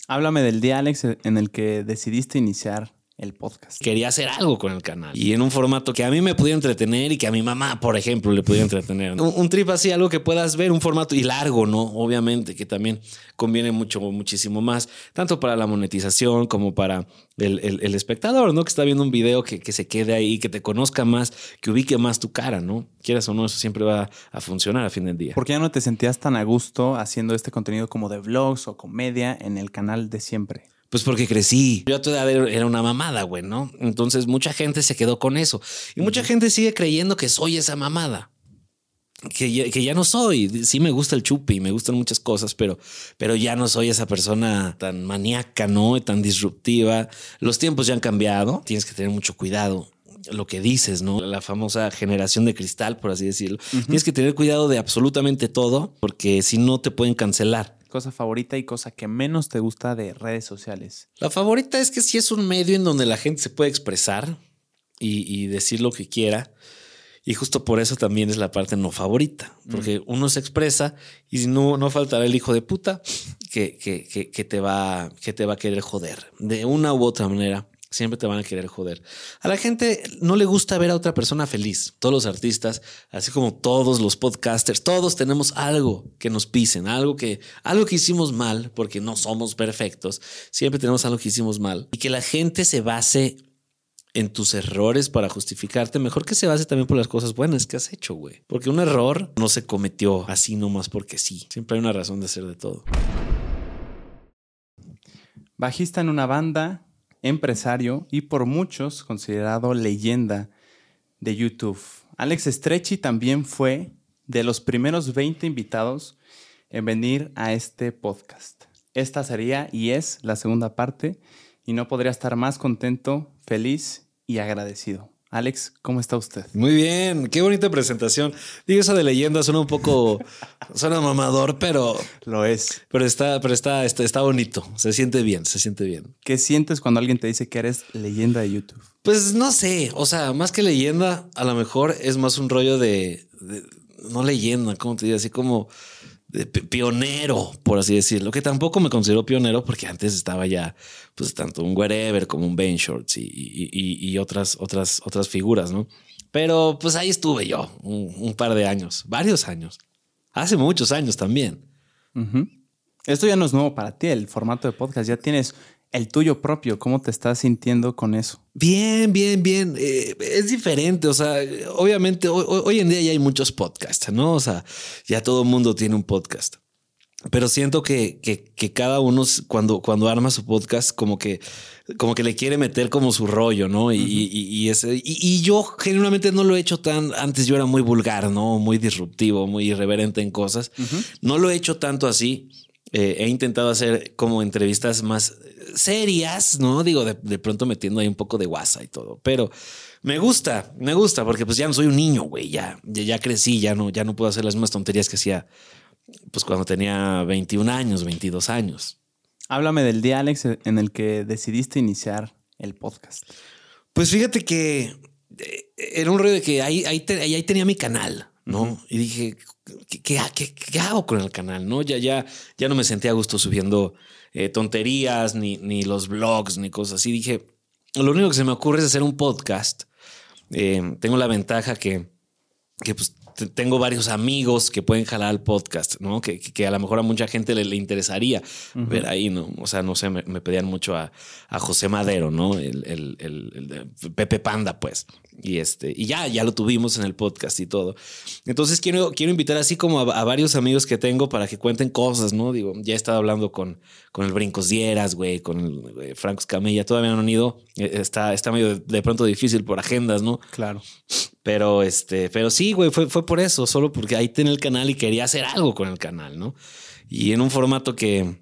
Háblame del día, Alex, en el que decidiste iniciar el podcast. Quería hacer algo con el canal y en un formato que a mí me pudiera entretener y que a mi mamá, por ejemplo, le pudiera entretener. Un trip así, algo que puedas ver, un formato y largo, ¿no? Obviamente, que también conviene muchísimo más, tanto para la monetización como para el espectador, ¿no? Que está viendo un video que se quede ahí, que te conozca más, que ubique más tu cara, ¿no? Quieras o no, eso siempre va a funcionar a fin del día. ¿Por qué ya no te sentías tan a gusto haciendo este contenido como de vlogs o comedia en el canal de siempre? Pues porque crecí. Yo a tu edad era una mamada, güey, ¿no? Entonces mucha gente se quedó con eso. Y mucha gente sigue creyendo que soy esa mamada. Que ya no soy. Sí me gusta el chupi y me gustan muchas cosas, pero ya no soy esa persona tan maníaca, ¿no? Tan disruptiva. Los tiempos ya han cambiado. Tienes que tener mucho cuidado. Lo que dices, ¿no? La famosa generación de cristal, por así decirlo. Tienes que tener cuidado de absolutamente todo porque si no te pueden cancelar. Cosa favorita y cosa que menos te gusta de redes sociales. La favorita es que sí es un medio en donde la gente se puede expresar y decir lo que quiera. Y justo por eso también es la parte no favorita. Porque uno se expresa y no faltará el hijo de puta que te va a querer joder. De una u otra manera. Siempre te van a querer joder. A la gente no le gusta ver a otra persona feliz. Todos los artistas, así como todos los podcasters, todos tenemos algo que nos pisen, algo que hicimos mal, porque no somos perfectos. Siempre tenemos algo que hicimos mal. Y que la gente se base en tus errores para justificarte, mejor que se base también por las cosas buenas que has hecho, güey. Porque un error no se cometió así nomás porque sí. Siempre hay una razón de hacer de todo. Bajista en una banda, empresario y por muchos considerado leyenda de YouTube. Alex Stretchy también fue de los primeros 20 invitados en venir a este podcast. Esta sería y es la segunda parte y no podría estar más contento, feliz y agradecido. Alex, ¿cómo está usted? Muy bien, qué bonita presentación. Digo, esa de leyenda suena un poco, suena mamador, pero lo es. Pero está bonito. Se siente bien. ¿Qué sientes cuando alguien te dice que eres leyenda de YouTube? Pues no sé, o sea, más que leyenda, a lo mejor es más un rollo de no leyenda, ¿cómo te digo? Así como de pionero, por así decirlo, que tampoco me considero pionero porque antes estaba ya, pues tanto un Wherever como un Ben Shorts y otras figuras, ¿no? Pero pues ahí estuve yo un par de años, varios años, hace muchos años también. Esto ya no es nuevo para ti, el formato de podcast, ya tienes el tuyo propio. ¿Cómo te estás sintiendo con eso? Bien. Es diferente. O sea, obviamente hoy en día ya hay muchos podcasts, ¿no? O sea, ya todo el mundo tiene un podcast. Pero siento que cada uno cuando arma su podcast como que le quiere meter como su rollo, ¿no? Y yo genuinamente no lo he hecho tan... Antes yo era muy vulgar, ¿no? Muy disruptivo, muy irreverente en cosas. No lo he hecho tanto así. He intentado hacer como entrevistas más serias, ¿no? Digo, de pronto metiendo ahí un poco de guasa y todo. Pero me gusta porque pues ya no soy un niño, güey. Ya crecí, ya no puedo hacer las mismas tonterías que hacía pues cuando tenía 21 años, 22 años. Háblame del día, Alex, en el que decidiste iniciar el podcast. Pues fíjate que era un rollo de que ahí tenía mi canal, ¿no? Y dije, ¿qué hago con el canal? ¿No? Ya no me sentía a gusto subiendo tonterías, ni los blogs, ni cosas así. Dije, lo único que se me ocurre es hacer un podcast. Tengo la ventaja que pues tengo varios amigos que pueden jalar al podcast, ¿no? Que a lo mejor a mucha gente le interesaría ver ahí, ¿no? O sea, no sé, me pedían mucho a José Madero, ¿no? El Pepe Panda, pues. Y ya lo tuvimos en el podcast y todo. Entonces quiero invitar así como a varios amigos que tengo para que cuenten cosas, ¿no? Digo, ya he estado hablando con el Brincos Dieras, güey, con el Franco Escamilla. Todavía no han ido. Está medio de pronto difícil por agendas, ¿no? Claro. Pero sí, güey, fue por eso, solo porque ahí tenía el canal y quería hacer algo con el canal, ¿no? Y en un formato que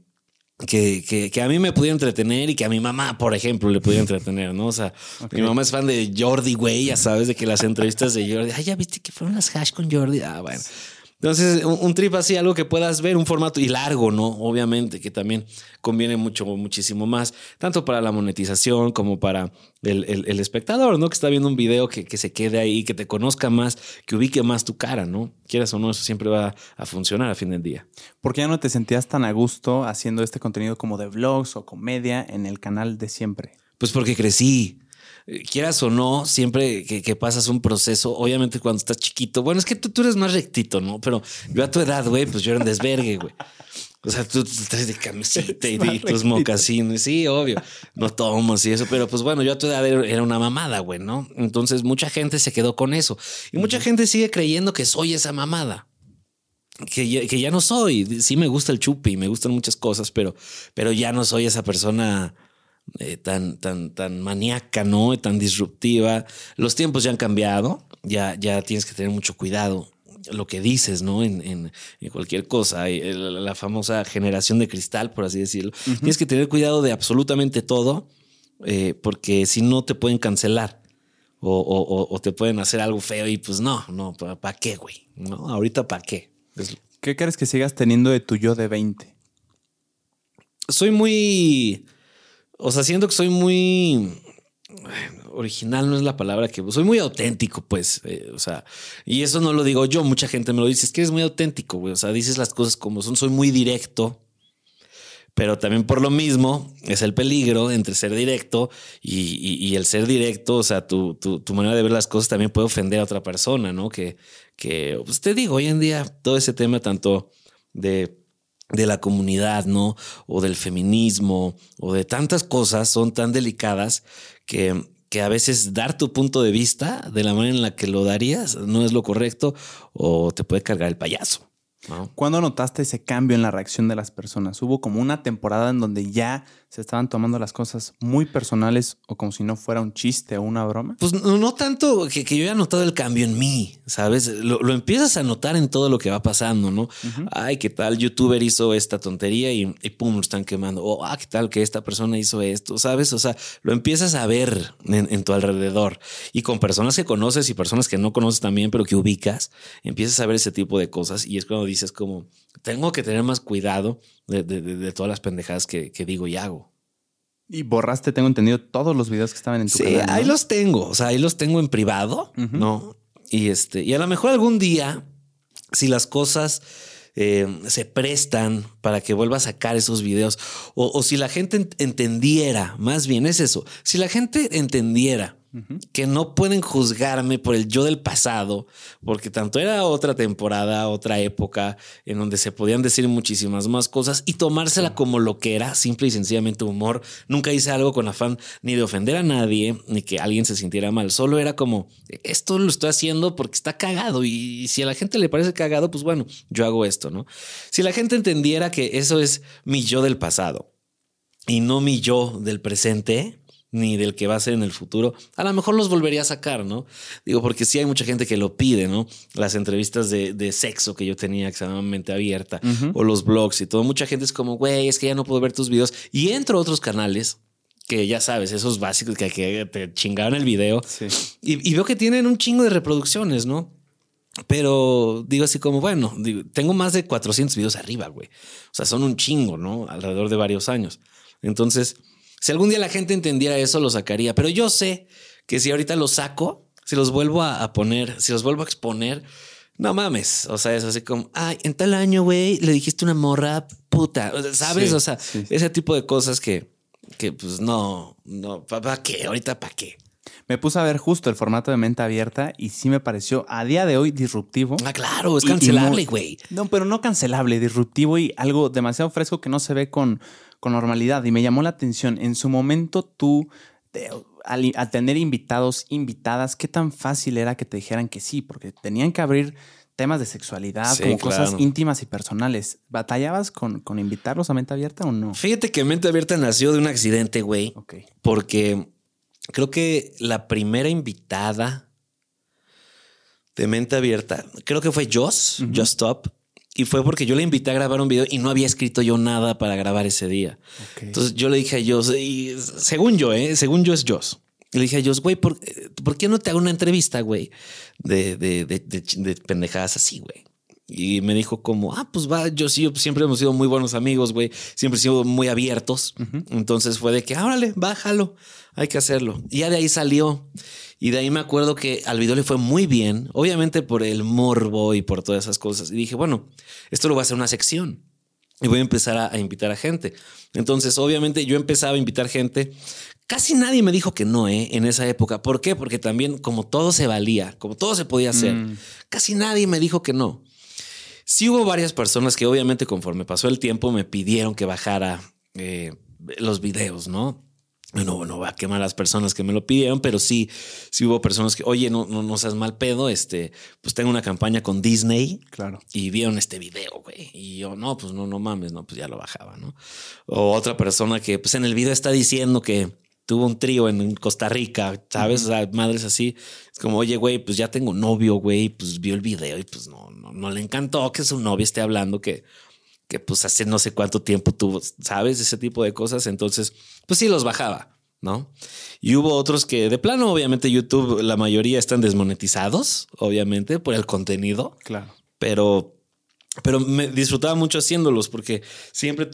a mí me pudiera entretener y que a mi mamá, por ejemplo, le pudiera entretener, ¿no? O sea, mi mamá es fan de Jordi, güey, ya sabes, de que las entrevistas de Jordi, ya viste que fueron las hash con Jordi. Bueno, Entonces, un trip así, algo que puedas ver, un formato y largo, ¿no? Obviamente, que también conviene muchísimo más, tanto para la monetización como para el espectador, ¿no? Que está viendo un video que se quede ahí, que te conozca más, que ubique más tu cara, ¿no? Quieras o no, eso siempre va a funcionar a fin del día. ¿Por qué ya no te sentías tan a gusto haciendo este contenido como de vlogs o comedia en el canal de siempre? Pues porque crecí. Quieras o no, siempre que pasas un proceso, obviamente cuando estás chiquito, bueno, es que tú eres más rectito, ¿no? Pero yo a tu edad, güey, pues yo era un desvergue, güey. O sea, tú traes de camiseta y tus mocasines. Sí, obvio. No tomas y eso, pero pues bueno, yo a tu edad era una mamada, güey, ¿no? Entonces mucha gente se quedó con eso. Y mucha gente sigue creyendo que soy esa mamada. Que ya no soy. Sí me gusta el chupi y me gustan muchas cosas, pero ya no soy esa persona tan maníaca, ¿no? Tan disruptiva. Los tiempos ya han cambiado. Ya tienes que tener mucho cuidado lo que dices, ¿no? En cualquier cosa. La famosa generación de cristal, por así decirlo. Uh-huh. Tienes que tener cuidado de absolutamente todo, porque si no te pueden cancelar o te pueden hacer algo feo y pues no, ¿para qué, güey? ¿No? Ahorita ¿para qué? ¿Qué crees que sigas teniendo de tu yo de 20? Soy muy... O sea, siento que soy muy... original no es la palabra que... Soy muy auténtico, pues. O sea, y eso no lo digo yo. Mucha gente me lo dice. Es que eres muy auténtico, güey. O sea, dices las cosas como son. Soy muy directo. Pero también por lo mismo es el peligro entre ser directo y el ser directo. O sea, tu manera de ver las cosas también puede ofender a otra persona, ¿no? Que pues te digo, hoy en día todo ese tema tanto de la comunidad, ¿no? O del feminismo o de tantas cosas son tan delicadas que a veces dar tu punto de vista de la manera en la que lo darías no es lo correcto o te puede cargar el payaso, ¿no? ¿Cuándo notaste ese cambio en la reacción de las personas? ¿Hubo como una temporada en donde ya se estaban tomando las cosas muy personales o como si no fuera un chiste o una broma? Pues no tanto que yo haya notado el cambio en mí, ¿sabes? Lo empiezas a notar en todo lo que va pasando, ¿no? Uh-huh. Ay, ¿qué tal? YouTuber hizo esta tontería y pum, lo están quemando. O, ¿qué tal que esta persona hizo esto? ¿Sabes? O sea, lo empiezas a ver en tu alrededor y con personas que conoces y personas que no conoces también, pero que ubicas, empiezas a ver ese tipo de cosas y es cuando dices como, tengo que tener más cuidado de todas las pendejadas que digo y hago. Y borraste, tengo entendido, todos los videos que estaban en tu canal, ¿no? Sí, ahí los tengo. O sea, ahí los tengo en privado, uh-huh. ¿No? Y a lo mejor algún día, si las cosas se prestan para que vuelva a sacar esos videos o si la gente entendiera, más bien es eso, si la gente entendiera uh-huh. que no pueden juzgarme por el yo del pasado, porque tanto era otra temporada, otra época en donde se podían decir muchísimas más cosas y tomársela como lo que era, simple y sencillamente humor. Nunca hice algo con afán ni de ofender a nadie, ni que alguien se sintiera mal. Solo era como, esto lo estoy haciendo porque está cagado y si a la gente le parece cagado, pues bueno, yo hago esto, ¿no? Si la gente entendiera que eso es mi yo del pasado y no mi yo del presente, ni del que va a ser en el futuro, a lo mejor los volvería a sacar, ¿no? Digo, porque sí hay mucha gente que lo pide, ¿no? Las entrevistas de sexo que yo tenía, que se llamaban Mente Abierta, uh-huh. O los blogs y todo. Mucha gente es como, güey, es que ya no puedo ver tus videos. Y entro a otros canales que ya sabes, esos básicos que te chingaron el video. Sí. Y veo que tienen un chingo de reproducciones, ¿no? Pero digo así como, bueno, tengo más de 400 videos arriba, güey. O sea, son un chingo, ¿no? Alrededor de varios años. Entonces, si algún día la gente entendiera eso, lo sacaría. Pero yo sé que si ahorita los saco, si los vuelvo a poner, si los vuelvo a exponer, no mames. O sea, es así como, ay, en tal año, güey, le dijiste una morra puta. ¿Sabes? Sí, o sea, sí. Ese tipo de cosas que pues no, ¿para qué? Ahorita, ¿para qué? Me puse a ver justo el formato de Mente Abierta y sí me pareció a día de hoy disruptivo. Ah, claro, es cancelable, güey. No, pero no cancelable, disruptivo y algo demasiado fresco que no se ve con normalidad. Y me llamó la atención. En su momento tú, al tener invitadas, ¿qué tan fácil era que te dijeran que sí? Porque tenían que abrir temas de sexualidad, sí, como claro. Cosas íntimas y personales. ¿Batallabas con invitarlos a Mente Abierta o no? Fíjate que Mente Abierta nació de un accidente, güey. Okay. Porque creo que la primera invitada de Mente Abierta, creo que fue Joss, uh-huh. Just Stop. Y fue porque yo le invité a grabar un video y no había escrito yo nada para grabar ese día. Okay. Entonces yo le dije a Joss, y según yo es Joss. Le dije a Joss, güey, ¿por qué no te hago una entrevista, güey? De pendejadas así, güey. Y me dijo como, pues va, yo siempre hemos sido muy buenos amigos, güey. Siempre hemos sido muy abiertos. Entonces fue de que, órale, bájalo, hay que hacerlo. Y ya de ahí salió. Y de ahí me acuerdo que al video le fue muy bien, obviamente por el morbo y por todas esas cosas. Y dije, bueno, esto lo voy a hacer una sección y voy a empezar a invitar a gente. Entonces, obviamente yo empezaba a invitar gente. Casi nadie me dijo que no, en esa época. ¿Por qué? Porque también como todo se valía, como todo se podía hacer, casi nadie me dijo que no. Sí hubo varias personas que obviamente conforme pasó el tiempo me pidieron que bajara los videos, ¿no? No va a quemar a las personas que me lo pidieron, pero sí hubo personas que, oye, no seas mal pedo, pues tengo una campaña con Disney. Claro. Y vieron este video, güey. Y yo, no mames, pues ya lo bajaba, ¿no? O otra persona que, pues en el video está diciendo que tuvo un trío en Costa Rica, ¿sabes? O sea, madres así. Es como, oye, güey, pues ya tengo novio, güey. Pues vio el video y pues no le encantó que su novia esté hablando que pues hace no sé cuánto tiempo tuvo, ¿sabes? Ese tipo de cosas. Entonces, pues sí los bajaba, ¿no? Y hubo otros que de plano, obviamente YouTube, la mayoría están desmonetizados, obviamente, por el contenido. Claro. Pero me disfrutaba mucho haciéndolos porque siempre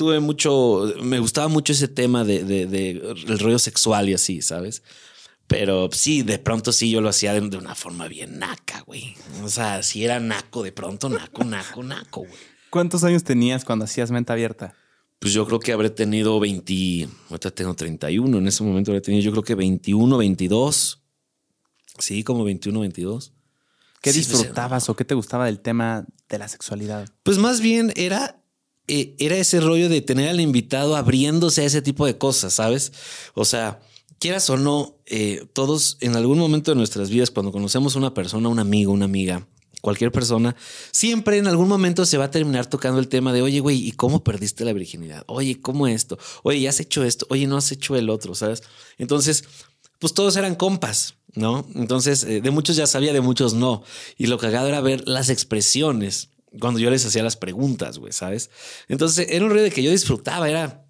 me gustaba mucho ese tema de el rollo sexual y así, ¿sabes? Pero sí, de pronto sí yo lo hacía de una forma bien naca, güey. O sea, si era naco, de pronto naco, güey. ¿Cuántos años tenías cuando hacías Mente Abierta? Pues yo creo que habré tenido ahorita tengo 31, en ese momento habré tenido yo creo que 21, 22. Sí, como 21, 22. ¿Qué disfrutabas o qué te gustaba del tema de la sexualidad? Pues más bien era ese rollo de tener al invitado abriéndose a ese tipo de cosas, ¿sabes? O sea, quieras o no, todos en algún momento de nuestras vidas, cuando conocemos a una persona, un amigo, una amiga, cualquier persona, siempre en algún momento se va a terminar tocando el tema de, oye, güey, ¿y cómo perdiste la virginidad? Oye, ¿cómo esto? Oye, ¿ya has hecho esto? Oye, ¿no has hecho el otro? ¿Sabes? Entonces, pues todos eran compas, ¿no? Entonces, de muchos ya sabía, de muchos no. Y lo cagado era ver las expresiones cuando yo les hacía las preguntas, güey, ¿sabes? Entonces, era un rollo de que yo disfrutaba,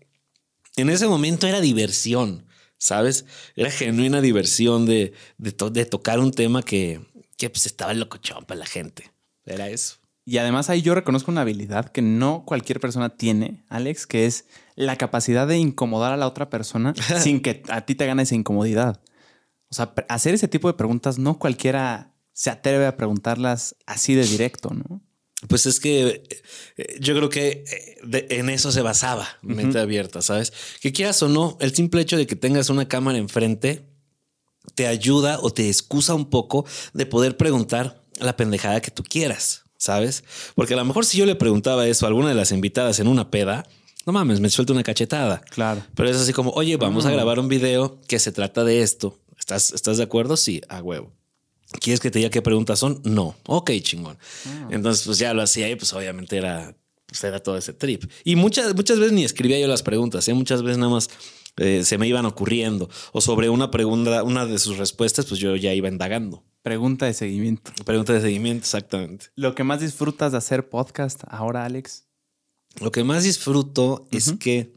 en ese momento era diversión, ¿sabes? Era genuina diversión de tocar un tema que pues estaba locochón para la gente. Era eso. Y además ahí yo reconozco una habilidad que no cualquier persona tiene, Alex, que es la capacidad de incomodar a la otra persona sin que a ti te gane esa incomodidad. O sea, hacer ese tipo de preguntas no cualquiera se atreve a preguntarlas así de directo, ¿no? Pues es que yo creo que en eso se basaba Mente Abierta, ¿sabes? Que quieras o no, el simple hecho de que tengas una cámara enfrente te ayuda o te excusa un poco de poder preguntar la pendejada que tú quieras, ¿sabes? Porque a lo mejor si yo le preguntaba eso a alguna de las invitadas en una peda, no mames, me suelta una cachetada. Claro. Pero es así como, oye, vamos a grabar un video que se trata de esto. ¿Estás de acuerdo? Sí, a huevo. ¿Quieres que te diga qué preguntas son? No. Ok, chingón. Entonces, pues ya lo hacía y pues obviamente era todo ese trip. Y muchas veces ni escribía yo las preguntas, ¿eh? Muchas veces nada más se me iban ocurriendo. O sobre una pregunta, una de sus respuestas, pues yo ya iba indagando. Pregunta de seguimiento. Pregunta de seguimiento, exactamente. ¿Lo que más disfrutas de hacer podcast ahora, Alex? Lo que más disfruto es que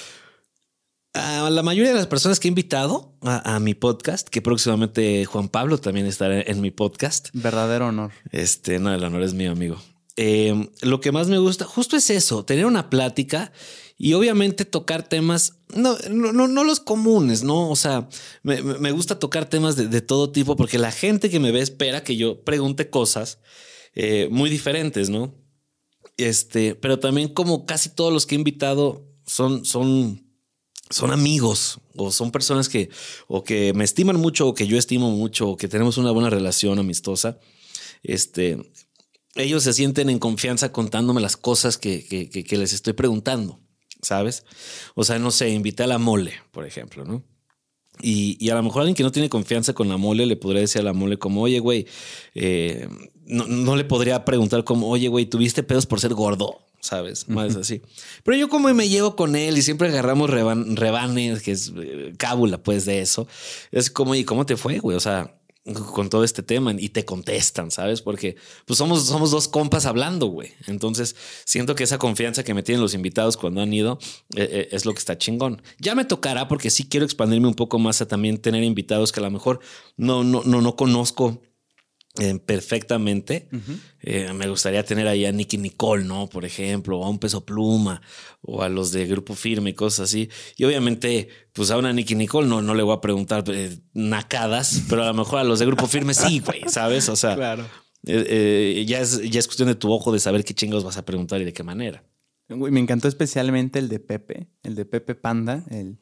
a la mayoría de las personas que he invitado a mi podcast, que próximamente Juan Pablo también estará en mi podcast. Verdadero honor. No, el honor es mío, amigo. Lo que más me gusta justo es eso, tener una plática y obviamente tocar temas, no los comunes, ¿no? O sea, me gusta tocar temas de todo tipo porque la gente que me ve espera que yo pregunte cosas muy diferentes, ¿no? Pero también como casi todos los que he invitado son amigos o son personas que me estiman mucho o que yo estimo mucho o que tenemos una buena relación amistosa. Ellos se sienten en confianza contándome las cosas que les estoy preguntando, ¿sabes? O sea, no sé, invité a la Mole, por ejemplo, ¿no? Y a lo mejor alguien que no tiene confianza con la Mole le podría decir a la Mole como, oye, güey, no le podría preguntar como, oye, güey, ¿tuviste pedos por ser gordo? ¿Sabes? Más así. Pero yo como me llevo con él y siempre agarramos rebanes, que es cábula, pues, de eso. Es como, ¿y cómo te fue, güey? O sea, con todo este tema y te contestan, ¿sabes? Porque pues somos dos compas hablando, güey. Entonces siento que esa confianza que me tienen los invitados cuando han ido es lo que está chingón. Ya me tocará porque sí quiero expandirme un poco más a también tener invitados que a lo mejor no conozco perfectamente. Me gustaría tener ahí a Nicky Nicole, ¿no? Por ejemplo, o a un Peso Pluma, o a los de Grupo Firme, cosas así. Y obviamente, pues a una Nicky Nicole no le voy a preguntar nacadas, pero a lo mejor a los de Grupo Firme sí, güey, ¿sabes? O sea, Claro. ya es cuestión de tu ojo de saber qué chingos vas a preguntar y de qué manera. Güey, me encantó especialmente el de Pepe Panda,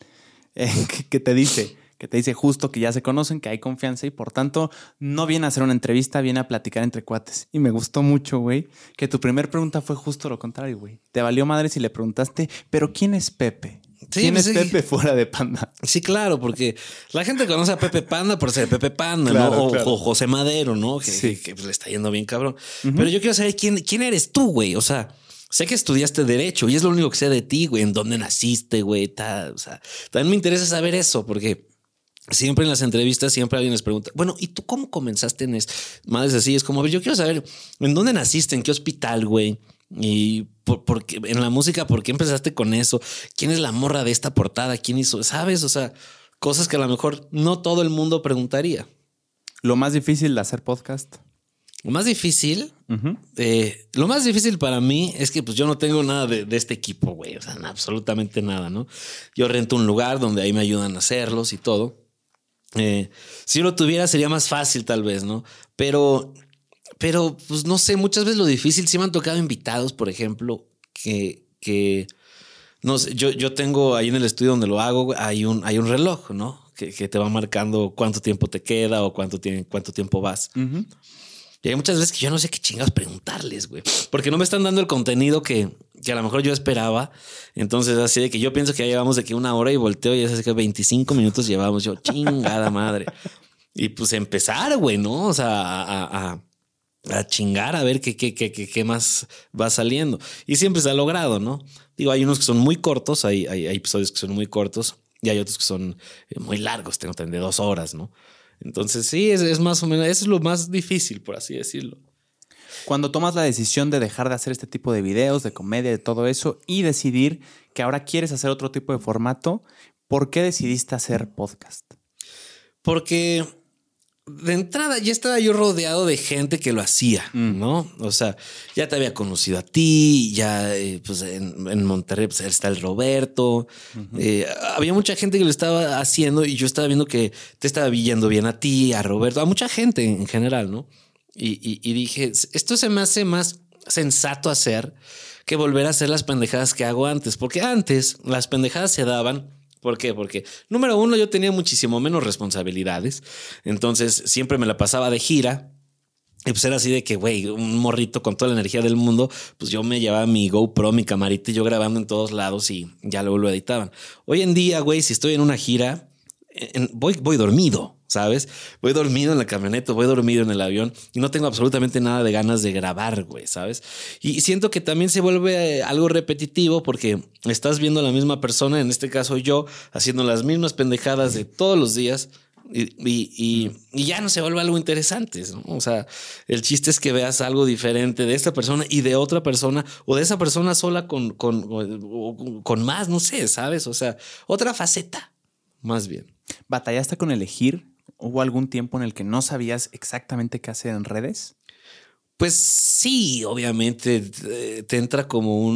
que te dice justo que ya se conocen, que hay confianza y por tanto no viene a hacer una entrevista, viene a platicar entre cuates. Y me gustó mucho, güey, que tu primer pregunta fue justo lo contrario, güey. Te valió madre si le preguntaste, ¿pero quién es Pepe? Sí, ¿Quién pues es Pepe fuera de Panda? Sí, claro, porque la gente conoce a Pepe Panda por ser Pepe Panda, Claro, ¿no? claro. O José Madero, ¿no? Sí. Que le está yendo bien cabrón. Pero yo quiero saber quién eres tú, güey. O sea, sé que estudiaste Derecho y es lo único que sé de ti, güey. ¿En dónde naciste, güey? O sea, también me interesa saber eso porque siempre en las entrevistas, siempre alguien les pregunta, bueno, ¿y tú cómo comenzaste en esto? Madres así, es como, a ver, yo quiero saber en dónde naciste, en qué hospital, güey. Y porque en la música, ¿por qué empezaste con eso? ¿Quién es la morra de esta portada? ¿Quién hizo? ¿Sabes? O sea, cosas que a lo mejor no todo el mundo preguntaría. Lo más difícil de hacer podcast. Lo más difícil, lo más difícil para mí es que pues yo no tengo nada de este equipo, güey. O sea, absolutamente nada, ¿no? Yo rento un lugar donde ahí me ayudan a hacerlos y todo. Si yo lo tuviera sería más fácil tal vez, ¿no? Pero pues no sé, muchas veces lo difícil, sí me han tocado invitados, por ejemplo, que no sé, yo tengo ahí en el estudio donde lo hago, hay un reloj, ¿no? Que te va marcando cuánto tiempo te queda o cuánto tiempo vas. Y hay muchas veces que yo no sé qué chingados preguntarles, güey, porque no me están dando el contenido que a lo mejor yo esperaba. Entonces, así de que yo pienso que ya llevamos de que 1 hora y volteo y es así que 25 minutos llevamos. Yo, chingada madre. Y pues empezar, güey, ¿no? O sea, a chingar a ver qué más va saliendo. Y siempre se ha logrado, ¿no? Digo, hay unos que son muy cortos, hay episodios que son muy cortos y hay otros que son muy largos, tengo de 2 horas, ¿no? Entonces sí, es más o menos, eso es lo más difícil, por así decirlo. Cuando tomas la decisión de dejar de hacer este tipo de videos, de comedia, de todo eso y decidir que ahora quieres hacer otro tipo de formato, ¿por qué decidiste hacer podcast? Porque de entrada ya estaba yo rodeado de gente que lo hacía, ¿no? O sea, ya te había conocido a ti, ya pues en Monterrey pues, está el Roberto. Había mucha gente que lo estaba haciendo y yo estaba viendo que te estaba yendo bien a ti, a Roberto, a mucha gente en general, ¿no? Y dije, esto se me hace más sensato hacer que volver a hacer las pendejadas que hago antes, porque antes las pendejadas se daban. ¿Por qué? Porque, número 1, yo tenía muchísimo menos responsabilidades. Entonces, siempre me la pasaba de gira. Y pues era así de que, güey, un morrito con toda la energía del mundo, pues yo me llevaba mi GoPro, mi camarita y yo grabando en todos lados y ya luego lo editaban. Hoy en día, güey, si estoy en una gira, voy dormido, ¿sabes? Voy dormido en la camioneta, voy dormido en el avión y no tengo absolutamente nada de ganas de grabar, güey, ¿sabes? Y siento que también se vuelve algo repetitivo porque estás viendo a la misma persona, en este caso yo, haciendo las mismas pendejadas de todos los días y ya no se vuelve algo interesante, ¿no? O sea, el chiste es que veas algo diferente de esta persona y de otra persona o de esa persona sola con más, no sé, ¿sabes? O sea, otra faceta, más bien. ¿Batallaste con elegir? ¿Hubo algún tiempo en el que no sabías exactamente qué hacer en redes? Pues sí, obviamente te entra como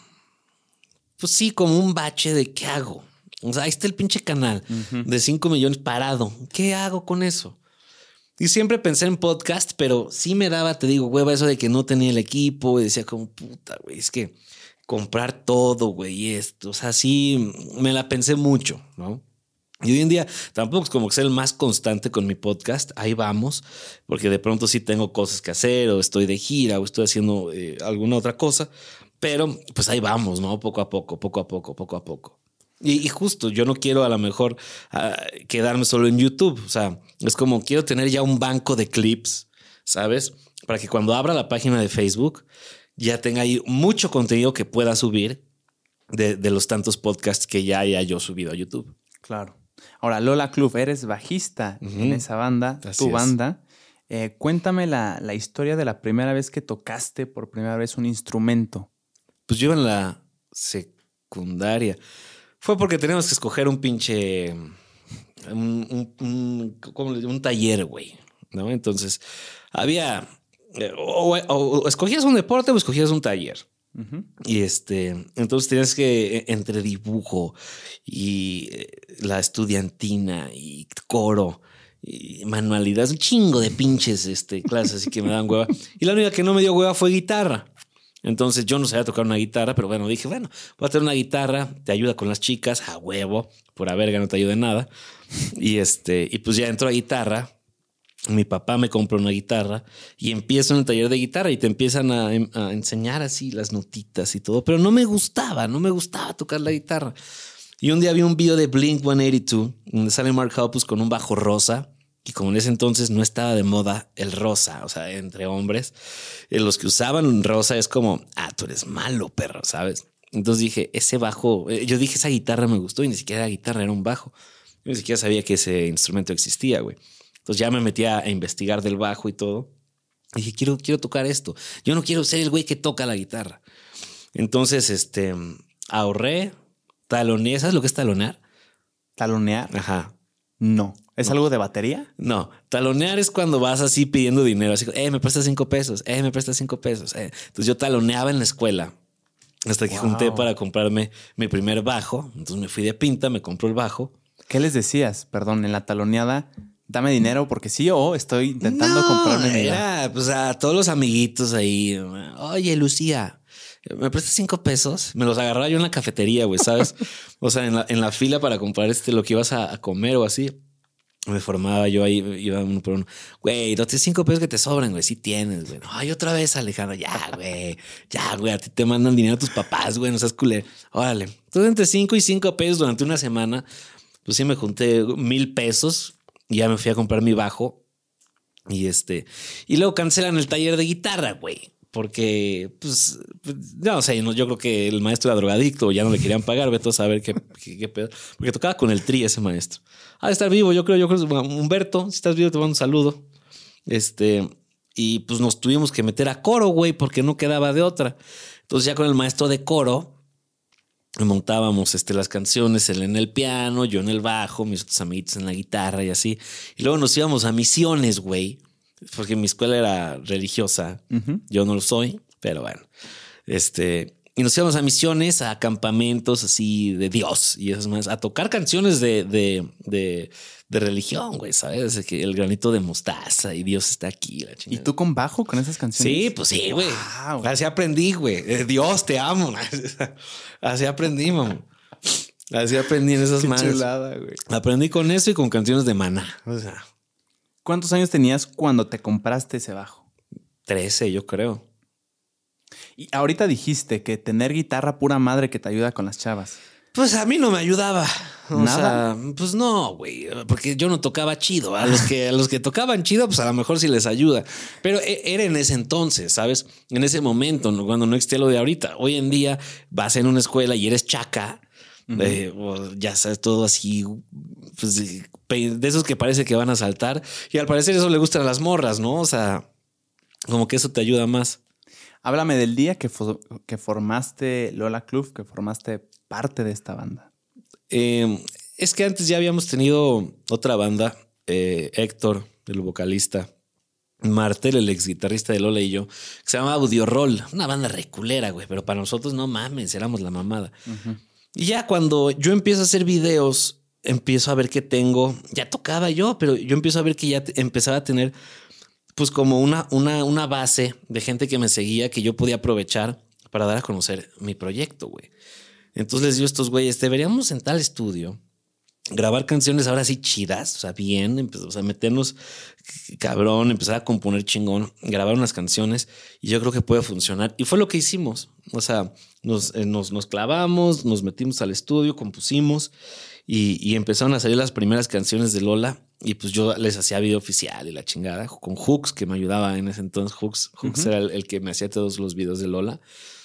pues sí, como un bache de qué hago. O sea, ahí está el pinche canal de 5 millones parado. ¿Qué hago con eso? Y siempre pensé en podcast, pero sí me daba, te digo, hueva, eso de que no tenía el equipo y decía como puta, güey, es que comprar todo, güey, esto. O sea, sí me la pensé mucho, ¿no? Y hoy en día tampoco es como que sea el más constante con mi podcast. Ahí vamos, porque de pronto sí tengo cosas que hacer o estoy de gira o estoy haciendo alguna otra cosa. Pero pues ahí vamos, ¿no? Poco a poco, poco a poco, poco a poco. Y justo yo no quiero a lo mejor quedarme solo en YouTube. O sea, es como quiero tener ya un banco de clips, ¿sabes? Para que cuando abra la página de Facebook ya tenga ahí mucho contenido que pueda subir de los tantos podcasts que ya haya yo subido a YouTube. Claro. Ahora, Lola Club, eres bajista en esa banda, Así tu es. banda. Cuéntame la historia de la primera vez que tocaste por primera vez un instrumento. Pues yo en la secundaria fue porque teníamos que escoger un pinche un taller, güey. ¿no? Entonces había o escogías un deporte o escogías un taller. Y entonces tenías que entre dibujo y la estudiantina y coro y manualidades, un chingo de pinches clases así que me dan hueva. Y la única que no me dio hueva fue guitarra. Entonces yo no sabía tocar una guitarra, pero bueno, dije, bueno, voy a tener una guitarra, te ayuda con las chicas, a huevo, por verga no te ayuda en nada. Y pues ya entró a guitarra. Mi papá me compró una guitarra y empiezo en el taller de guitarra y te empiezan a enseñar así las notitas y todo, pero no me gustaba tocar la guitarra. Y un día vi un video de Blink-182 donde sale Mark Hoppus con un bajo rosa, y como en ese entonces no estaba de moda el rosa, o sea, entre hombres, los que usaban rosa es como, tú eres malo, perro, ¿sabes? Entonces dije, ese bajo, yo dije, esa guitarra me gustó y ni siquiera era guitarra, era un bajo. Yo ni siquiera sabía que ese instrumento existía, güey. Entonces ya me metí a investigar del bajo y todo. Y dije, quiero tocar esto. Yo no quiero ser el güey que toca la guitarra. Entonces, ahorré, taloneé. ¿Sabes lo que es talonear? ¿Talonear? Ajá. No. ¿Es algo de batería? No. Talonear es cuando vas así pidiendo dinero. Así, me prestas 5 pesos. Me prestas 5 pesos. Entonces yo taloneaba en la escuela hasta que junté para comprarme mi primer bajo. Entonces me fui de pinta, me compró el bajo. ¿Qué les decías? Perdón, en la taloneada... Dame dinero porque sí o estoy intentando comprarme mi vida. Pues a todos los amiguitos ahí. Oye, Lucía, ¿me prestas 5 pesos? Me los agarraba yo en la cafetería, güey, ¿sabes? O sea, en la fila para comprar lo que ibas a comer o así. Me formaba yo ahí, iba uno por uno. Güey, no tienes 5 pesos que te sobran, güey. Sí tienes, güey. Ay, otra vez, Alejandro. Ya, güey. A ti te mandan dinero tus papás, güey. No seas culé. Órale. Entonces, entre 5 y 5 pesos durante una semana, pues sí me junté 1,000 pesos. Y ya me fui a comprar mi bajo y luego cancelan el taller de guitarra, güey, porque pues no sé, yo creo que el maestro era drogadicto o ya no le querían pagar, vete a saber qué pedo, porque tocaba con el tri ese maestro. Ha de estar vivo, yo creo, Humberto, si estás vivo te mando un saludo. Y pues nos tuvimos que meter a coro, güey, porque no quedaba de otra. Entonces ya con el maestro de coro montábamos las canciones, él en el piano, yo en el bajo, mis otros amiguitos en la guitarra y así. Y luego nos íbamos a misiones, güey, porque mi escuela era religiosa. Yo no lo soy, pero bueno. Y nos íbamos a misiones, a campamentos así de Dios y esas más, a tocar canciones de religión, güey, ¿sabes? Que el granito de mostaza y Dios está aquí. La chingada. ¿Y tú con bajo con esas canciones? Sí, pues sí, güey. Wow. Así aprendí, güey. Dios, te amo. Así aprendí, mamá. Así aprendí en esas manos. Chulada, güey. Aprendí con eso y con canciones de Maná. O sea, ¿cuántos años tenías cuando te compraste ese bajo? 13, yo creo. Y ahorita dijiste que tener guitarra pura madre que te ayuda con las chavas. Pues a mí no me ayudaba. ¿Nada? O sea, pues no, güey, porque yo no tocaba chido. A los que tocaban chido, pues a lo mejor sí les ayuda. Pero era en ese entonces, ¿sabes? En ese momento, cuando no existía lo de ahorita. Hoy en día vas en una escuela y eres chaca. Ya sabes, todo así, pues, de esos que parece que van a saltar. Y al parecer eso le gusta a las morras, ¿no? O sea, como que eso te ayuda más. Háblame del día que formaste Lola Club, que formaste parte de esta banda. Es que antes ya habíamos tenido otra banda, Héctor, el vocalista, Martel, el ex guitarrista de Lola y yo, que se llamaba Audio Roll, una banda reculera, güey, pero para nosotros no mames, éramos la mamada. Y ya cuando yo empiezo a hacer videos, empiezo a ver que ya tocaba yo, pero yo empiezo a ver que ya empezaba a tener pues como una base de gente que me seguía que yo podía aprovechar para dar a conocer mi proyecto, güey. Entonces les digo a estos güeyes, deberíamos en tal estudio grabar canciones ahora sí chidas, o sea, bien, o sea, meternos cabrón, empezar a componer chingón, grabar unas canciones y yo creo que puede funcionar. Y fue lo que hicimos. O sea, nos clavamos, nos metimos al estudio, compusimos y empezaron a salir las primeras canciones de Lola. Y pues yo les hacía video oficial y la chingada con Hooks, que me ayudaba en ese entonces. Hooks era el que me hacía todos los videos de Lola.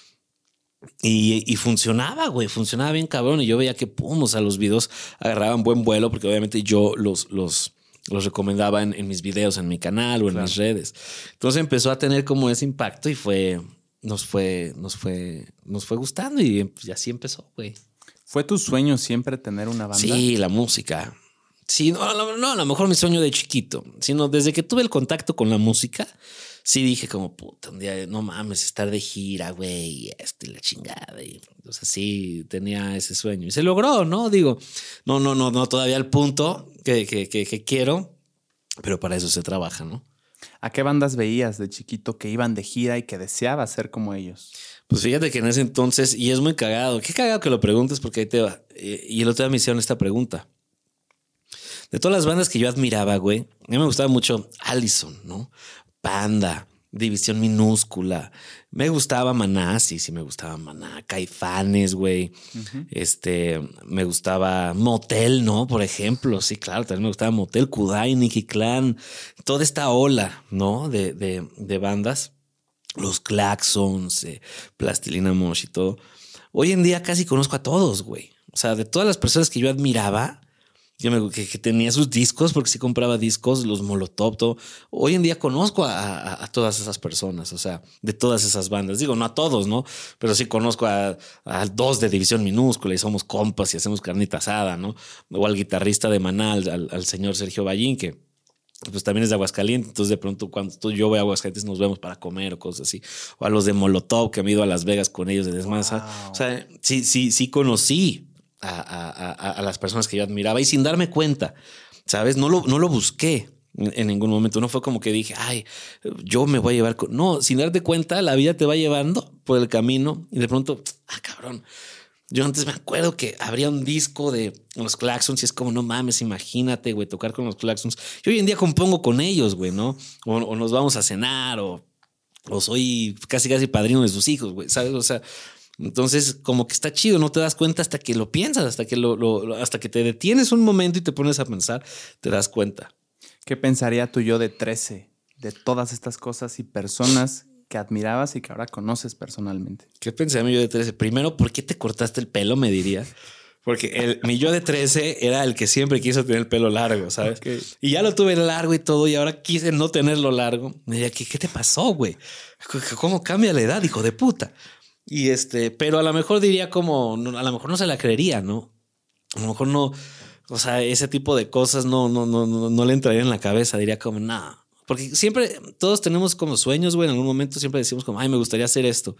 Y funcionaba, güey, funcionaba bien cabrón. Y yo veía que, o sea, los videos agarraban buen vuelo porque obviamente yo los recomendaba en mis videos, en mi canal o en mis redes. Entonces empezó a tener como ese impacto y nos fue gustando y así empezó, güey. ¿Fue tu sueño siempre tener una banda? Sí, la música. Sí, no, a lo mejor mi sueño de chiquito, sino desde que tuve el contacto con la música, sí dije como, puta, un día, no mames, estar de gira, güey, y la chingada. Y, o sea, sí, tenía ese sueño. Y se logró, ¿no? Digo, no, todavía al punto que quiero, pero para eso se trabaja, ¿no? ¿A qué bandas veías de chiquito que iban de gira y que deseabas ser como ellos? Pues fíjate que en ese entonces, y es muy cagado, qué cagado que lo preguntes porque ahí te va. Y el otro día me hicieron esta pregunta. De todas las bandas que yo admiraba, güey, a mí me gustaba mucho Allison, ¿no? Panda, División Minúscula. Me gustaba Maná, sí, me gustaba Maná. Caifanes, güey. Me gustaba Motel, ¿no? Por ejemplo, sí, claro, también me gustaba Motel, Kudai, Nicky Clan. Toda esta ola, ¿no? De bandas. Los Claxons, Plastilina Mosh y todo. Hoy en día casi conozco a todos, güey. O sea, de todas las personas que yo admiraba, que tenía sus discos, porque sí compraba discos, los Molotov, todo. Hoy en día conozco a todas esas personas, o sea, de todas esas bandas. Digo, no a todos, ¿no? Pero sí conozco a dos de División Minúscula y somos compas y hacemos carnita asada, ¿no? O al guitarrista de Maná, al señor Sergio Ballín, que pues también es de Aguascalientes. Entonces de pronto cuando yo voy a Aguascalientes nos vemos para comer o cosas así. O a los de Molotov, que me he ido a Las Vegas con ellos de Desmasa. Wow. O sea, sí conocí a las personas que yo admiraba y sin darme cuenta, ¿sabes? No lo busqué en ningún momento. No fue como que dije, ay, yo me voy a llevar. No, sin darte cuenta, la vida te va llevando por el camino y de pronto, cabrón. Yo antes me acuerdo que habría un disco de los Claxons y es como, no mames, imagínate, güey, tocar con los Claxons. Yo hoy en día compongo con ellos, güey, ¿no? O nos vamos a cenar o soy casi padrino de sus hijos, güey, ¿sabes? O sea, entonces como que está chido, no te das cuenta hasta que lo piensas, hasta que te detienes un momento y te pones a pensar, te das cuenta. ¿Qué pensaría tu yo de 13 de todas estas cosas y personas que admirabas y que ahora conoces personalmente? ¿Qué pensaría mi yo de 13? Primero, ¿por qué te cortaste el pelo? Me diría. Porque mi yo de 13 era el que siempre quiso tener el pelo largo, ¿sabes? Okay. Y ya lo tuve largo y todo, y ahora quise no tenerlo largo. Me diría, ¿qué te pasó, güey? ¿Cómo cambia la edad, hijo de puta? Y pero a lo mejor diría como, a lo mejor no se la creería, ¿no? A lo mejor no, o sea, ese tipo de cosas no le entraría en la cabeza. Diría como, nah. Porque siempre, todos tenemos como sueños, güey. En algún momento siempre decimos como, ay, me gustaría hacer esto.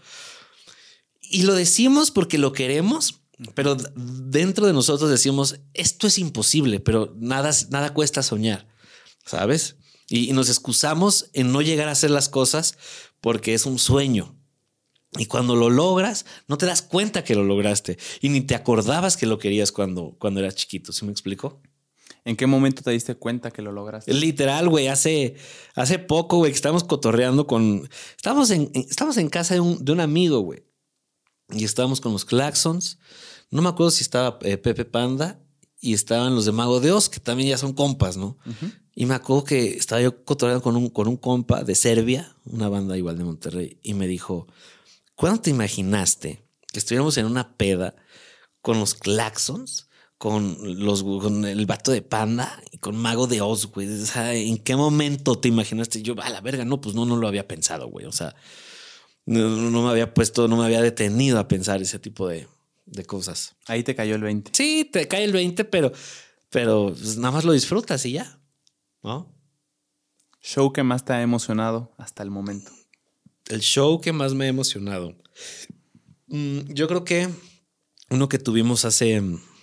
Y lo decimos porque lo queremos, pero dentro de nosotros decimos, esto es imposible, pero nada cuesta soñar, ¿sabes? Y nos excusamos en no llegar a hacer las cosas porque es un sueño. Y cuando lo logras, no te das cuenta que lo lograste y ni te acordabas que lo querías cuando eras chiquito. ¿Sí me explico? ¿En qué momento te diste cuenta que lo lograste? Literal, güey, hace poco, güey, que estábamos cotorreando Estábamos en casa de un amigo, güey. Y estábamos con los Claxons. No me acuerdo si estaba Pepe Panda y estaban los de Mago de Oz, que también ya son compas, ¿no? Uh-huh. Y me acuerdo que estaba yo cotorreando con un compa de Serbia, una banda igual de Monterrey, y me dijo, ¿cuándo te imaginaste que estuviéramos en una peda con los Claxons, con el vato de Panda y con Mago de Oz, güey? O sea, ¿en qué momento te imaginaste? Yo, a la verga, no, pues no lo había pensado, güey. O sea, no me había puesto, no me había detenido a pensar ese tipo de cosas. Ahí te cayó el 20. Sí, te cae el 20, pero pues nada más lo disfrutas y ya, ¿no? ¿Show que más te ha emocionado hasta el momento? El show que más me ha emocionado. Yo creo que uno que tuvimos hace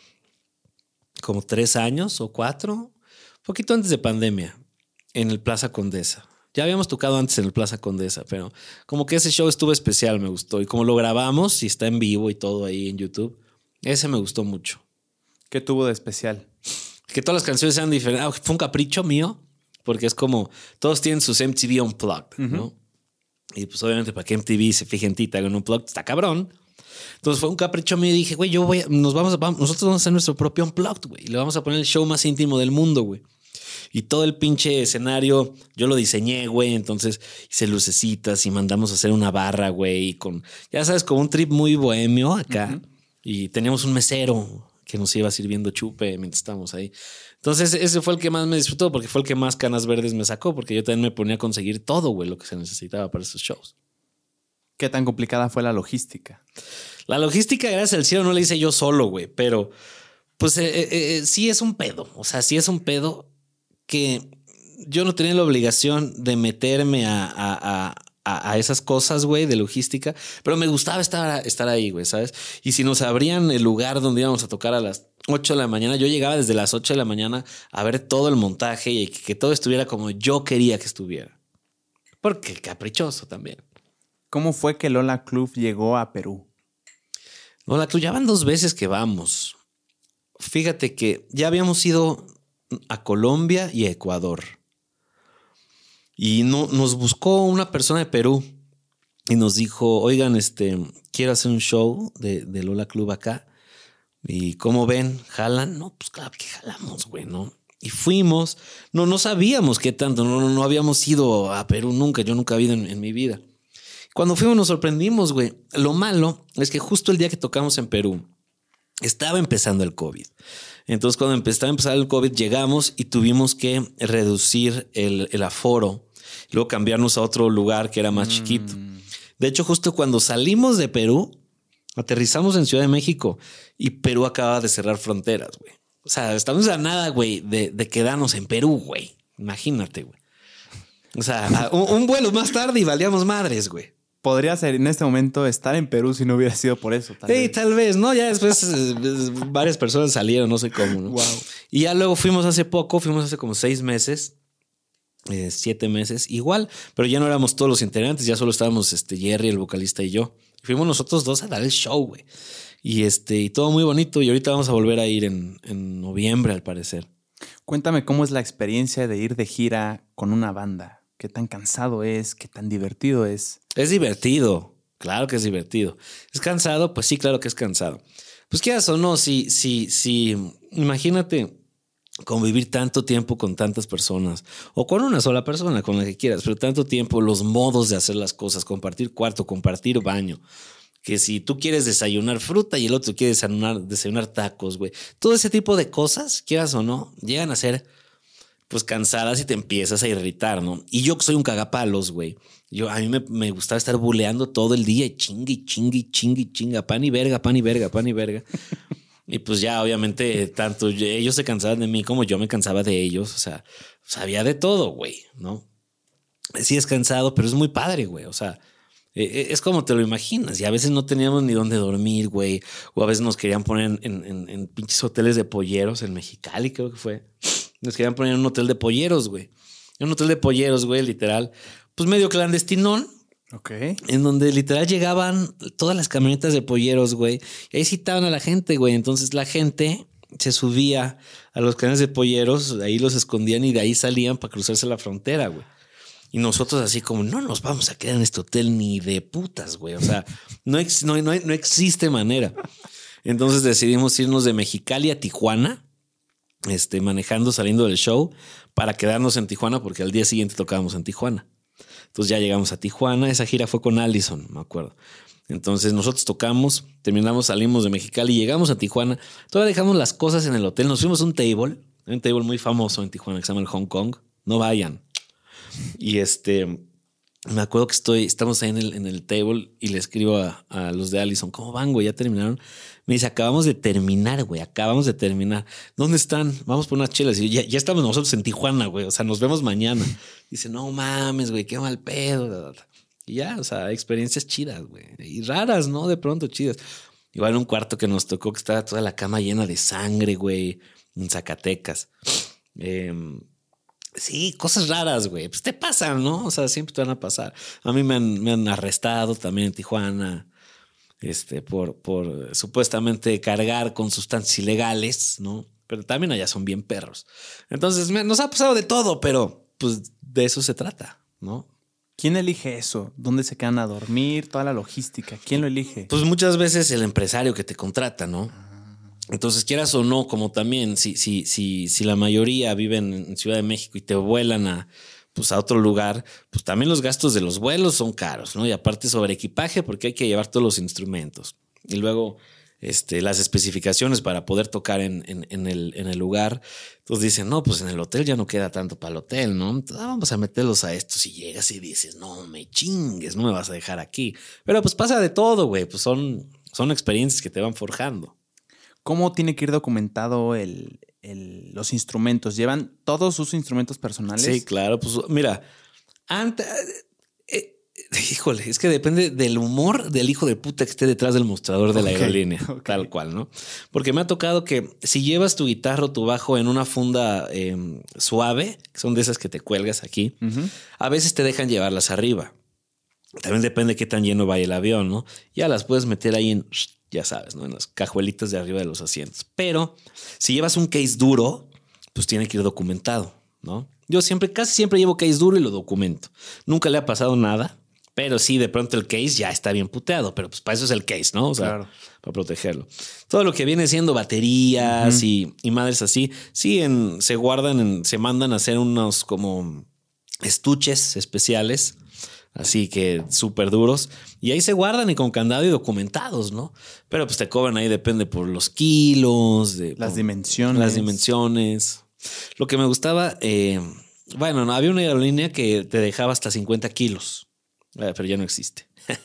como 3 años o 4, poquito antes de pandemia, en el Plaza Condesa. Ya habíamos tocado antes en el Plaza Condesa, pero como que ese show estuvo especial, me gustó. Y como lo grabamos y está en vivo y todo ahí en YouTube, ese me gustó mucho. ¿Qué tuvo de especial? Que todas las canciones sean diferentes. Fue un capricho mío, porque es como todos tienen sus MTV Unplugged, uh-huh, ¿no? Y pues obviamente para que MTV se fije en ti, te hagan un Unplugged, está cabrón. Entonces fue un capricho mío y dije, güey, nosotros vamos a hacer nuestro propio Unplugged, güey. Y le vamos a poner el show más íntimo del mundo, güey. Y todo el pinche escenario yo lo diseñé, güey. Entonces hice lucecitas y mandamos a hacer una barra, güey. Con, ya sabes, como un trip muy bohemio acá. Uh-huh. Y teníamos un mesero que nos iba sirviendo chupe mientras estábamos ahí. Entonces ese fue el que más me disfrutó porque fue el que más canas verdes me sacó. Porque yo también me ponía a conseguir todo, güey, lo que se necesitaba para esos shows. ¿Qué tan complicada fue la logística? La logística, gracias al cielo, no la hice yo solo, güey. Pero Pues sí es un pedo. O sea, sí es un pedo que yo no tenía la obligación de meterme a esas cosas, güey, de logística, pero me gustaba estar ahí, güey, ¿sabes? Y si nos abrían el lugar donde íbamos a tocar a las 8 de la mañana, yo llegaba desde las 8 de la mañana a ver todo el montaje y que todo estuviera como yo quería que estuviera. Porque caprichoso también. ¿Cómo fue que Lola Club llegó a Perú? Lola Club, ya van 2 veces que vamos. Fíjate que ya habíamos ido a Colombia y a Ecuador. Y nos buscó una persona de Perú y nos dijo, oigan, quiero hacer un show de Lola Club acá. ¿Y cómo ven? ¿Jalan? No, pues claro que jalamos, güey, ¿no? Y fuimos. No sabíamos qué tanto. No habíamos ido a Perú nunca. Yo nunca he ido en mi vida. Cuando fuimos nos sorprendimos, güey. Lo malo es que justo el día que tocamos en Perú estaba empezando el COVID. Entonces cuando estaba empezando el COVID llegamos y tuvimos que reducir el aforo. Luego cambiarnos a otro lugar que era más chiquito. De hecho, justo cuando salimos de Perú, aterrizamos en Ciudad de México y Perú acaba de cerrar fronteras, güey. O sea, estamos a nada, güey, de quedarnos en Perú, güey. Imagínate, güey. O sea, un vuelo más tarde y valíamos madres, güey. Podría ser en este momento estar en Perú si no hubiera sido por eso. Tal vez, ¿no? Ya después varias personas salieron, no sé cómo, ¿no? Wow. Y ya luego fuimos hace como 6 meses. 7 meses, igual, pero ya no éramos todos los integrantes, ya solo estábamos Jerry, el vocalista, y yo. Fuimos nosotros 2 a dar el show, güey. Y todo muy bonito. Y ahorita vamos a volver a ir en noviembre, al parecer. Cuéntame cómo es la experiencia de ir de gira con una banda. ¿Qué tan cansado es? ¿Qué tan divertido es? Es divertido. Claro que es divertido. ¿Es cansado? Pues sí, claro que es cansado. Pues quieras o no, si imagínate convivir tanto tiempo con tantas personas o con una sola persona, con la que quieras, pero tanto tiempo, los modos de hacer las cosas, compartir cuarto, compartir baño, que si tú quieres desayunar fruta y el otro quiere desayunar tacos, güey, todo ese tipo de cosas, quieras o no, llegan a ser pues cansadas y te empiezas a irritar, ¿no? Y yo que soy un cagapalos, güey, a mí me gustaba estar buleando todo el día y chinga, pan y verga. Y pues ya, obviamente, tanto ellos se cansaban de mí como yo me cansaba de ellos. O sea, sabía de todo, güey, ¿no? Sí es cansado, pero es muy padre, güey. O sea, es como te lo imaginas. Y a veces no teníamos ni dónde dormir, güey. O a veces nos querían poner en pinches hoteles de polleros en Mexicali, creo que fue. Nos querían poner en un hotel de polleros, güey. En un hotel de polleros, güey, literal. Pues medio clandestinón. Ok. En donde literal llegaban todas las camionetas de polleros, güey. Y ahí citaban a la gente, güey. Entonces la gente se subía a los camiones de polleros, ahí los escondían y de ahí salían para cruzarse la frontera, güey. Y nosotros así como, no nos vamos a quedar en este hotel ni de putas, güey. O sea, no existe manera. Entonces decidimos irnos de Mexicali a Tijuana, manejando, saliendo del show, para quedarnos en Tijuana porque al día siguiente tocábamos en Tijuana. Entonces ya llegamos a Tijuana. Esa gira fue con Allison, me acuerdo. Entonces nosotros tocamos, terminamos, salimos de Mexicali, llegamos a Tijuana. Todavía dejamos las cosas en el hotel. Nos fuimos a un table muy famoso en Tijuana que se llama el Hong Kong. No vayan. Y me acuerdo que estamos ahí en el table y le escribo a los de Allison, ¿cómo van, güey? ¿Ya terminaron? Me dice, acabamos de terminar, güey. ¿Dónde están? Vamos por unas chelas. Y ya estamos nosotros en Tijuana, güey. O sea, nos vemos mañana. Dice, no mames, güey, qué mal pedo. Y ya, o sea, experiencias chidas, güey. Y raras, ¿no? De pronto chidas. Igual en un cuarto que nos tocó que estaba toda la cama llena de sangre, güey, en Zacatecas. Sí, cosas raras, güey. Pues te pasan, ¿no? O sea, siempre te van a pasar. A mí me han arrestado también en Tijuana, por supuestamente cargar con sustancias ilegales, ¿no? Pero también allá son bien perros. Entonces nos ha pasado de todo, pero pues de eso se trata, ¿no? ¿Quién elige eso? ¿Dónde se quedan a dormir? Toda la logística. ¿Quién lo elige? Pues muchas veces el empresario que te contrata, ¿no? Entonces, quieras o no, como también, si la mayoría viven en Ciudad de México y te vuelan a otro lugar, pues también los gastos de los vuelos son caros, ¿no? Y aparte sobre equipaje, porque hay que llevar todos los instrumentos. Y luego las especificaciones para poder tocar en el lugar. Entonces dicen, no, pues en el hotel ya no queda tanto para el hotel, ¿no? Entonces vamos a meterlos a esto. Si llegas y dices, no me chingues, no me vas a dejar aquí. Pero pues pasa de todo, güey. Pues son experiencias que te van forjando. ¿cómo tiene que ir documentado los instrumentos? ¿Llevan todos sus instrumentos personales? Sí, claro. Pues mira, antes... híjole, es que depende del humor del hijo de puta que esté detrás del mostrador de la aerolínea, tal cual, ¿no? Porque me ha tocado que si llevas tu guitarra o tu bajo en una funda suave, que son de esas que te cuelgas aquí, a veces te dejan llevarlas arriba. También depende de qué tan lleno vaya el avión, ¿no? Ya las puedes meter ahí en, ya sabes, ¿no? En las cajuelitas de arriba de los asientos. Pero si llevas un case duro, pues tiene que ir documentado, ¿no? Yo casi siempre llevo case duro y lo documento. Nunca le ha pasado nada. Pero sí, de pronto el case ya está bien puteado, pero pues para eso es el case, ¿no? O sea, claro, para protegerlo. Todo lo que viene siendo baterías y madres así, sí, se mandan a hacer unos como estuches especiales, así que súper duros, y ahí se guardan y con candado y documentados, ¿no? Pero pues te cobran ahí, depende por los kilos, las dimensiones. Las dimensiones. Lo que me gustaba, bueno, no, había una aerolínea que te dejaba hasta 50 kilos. Pero ya no existe.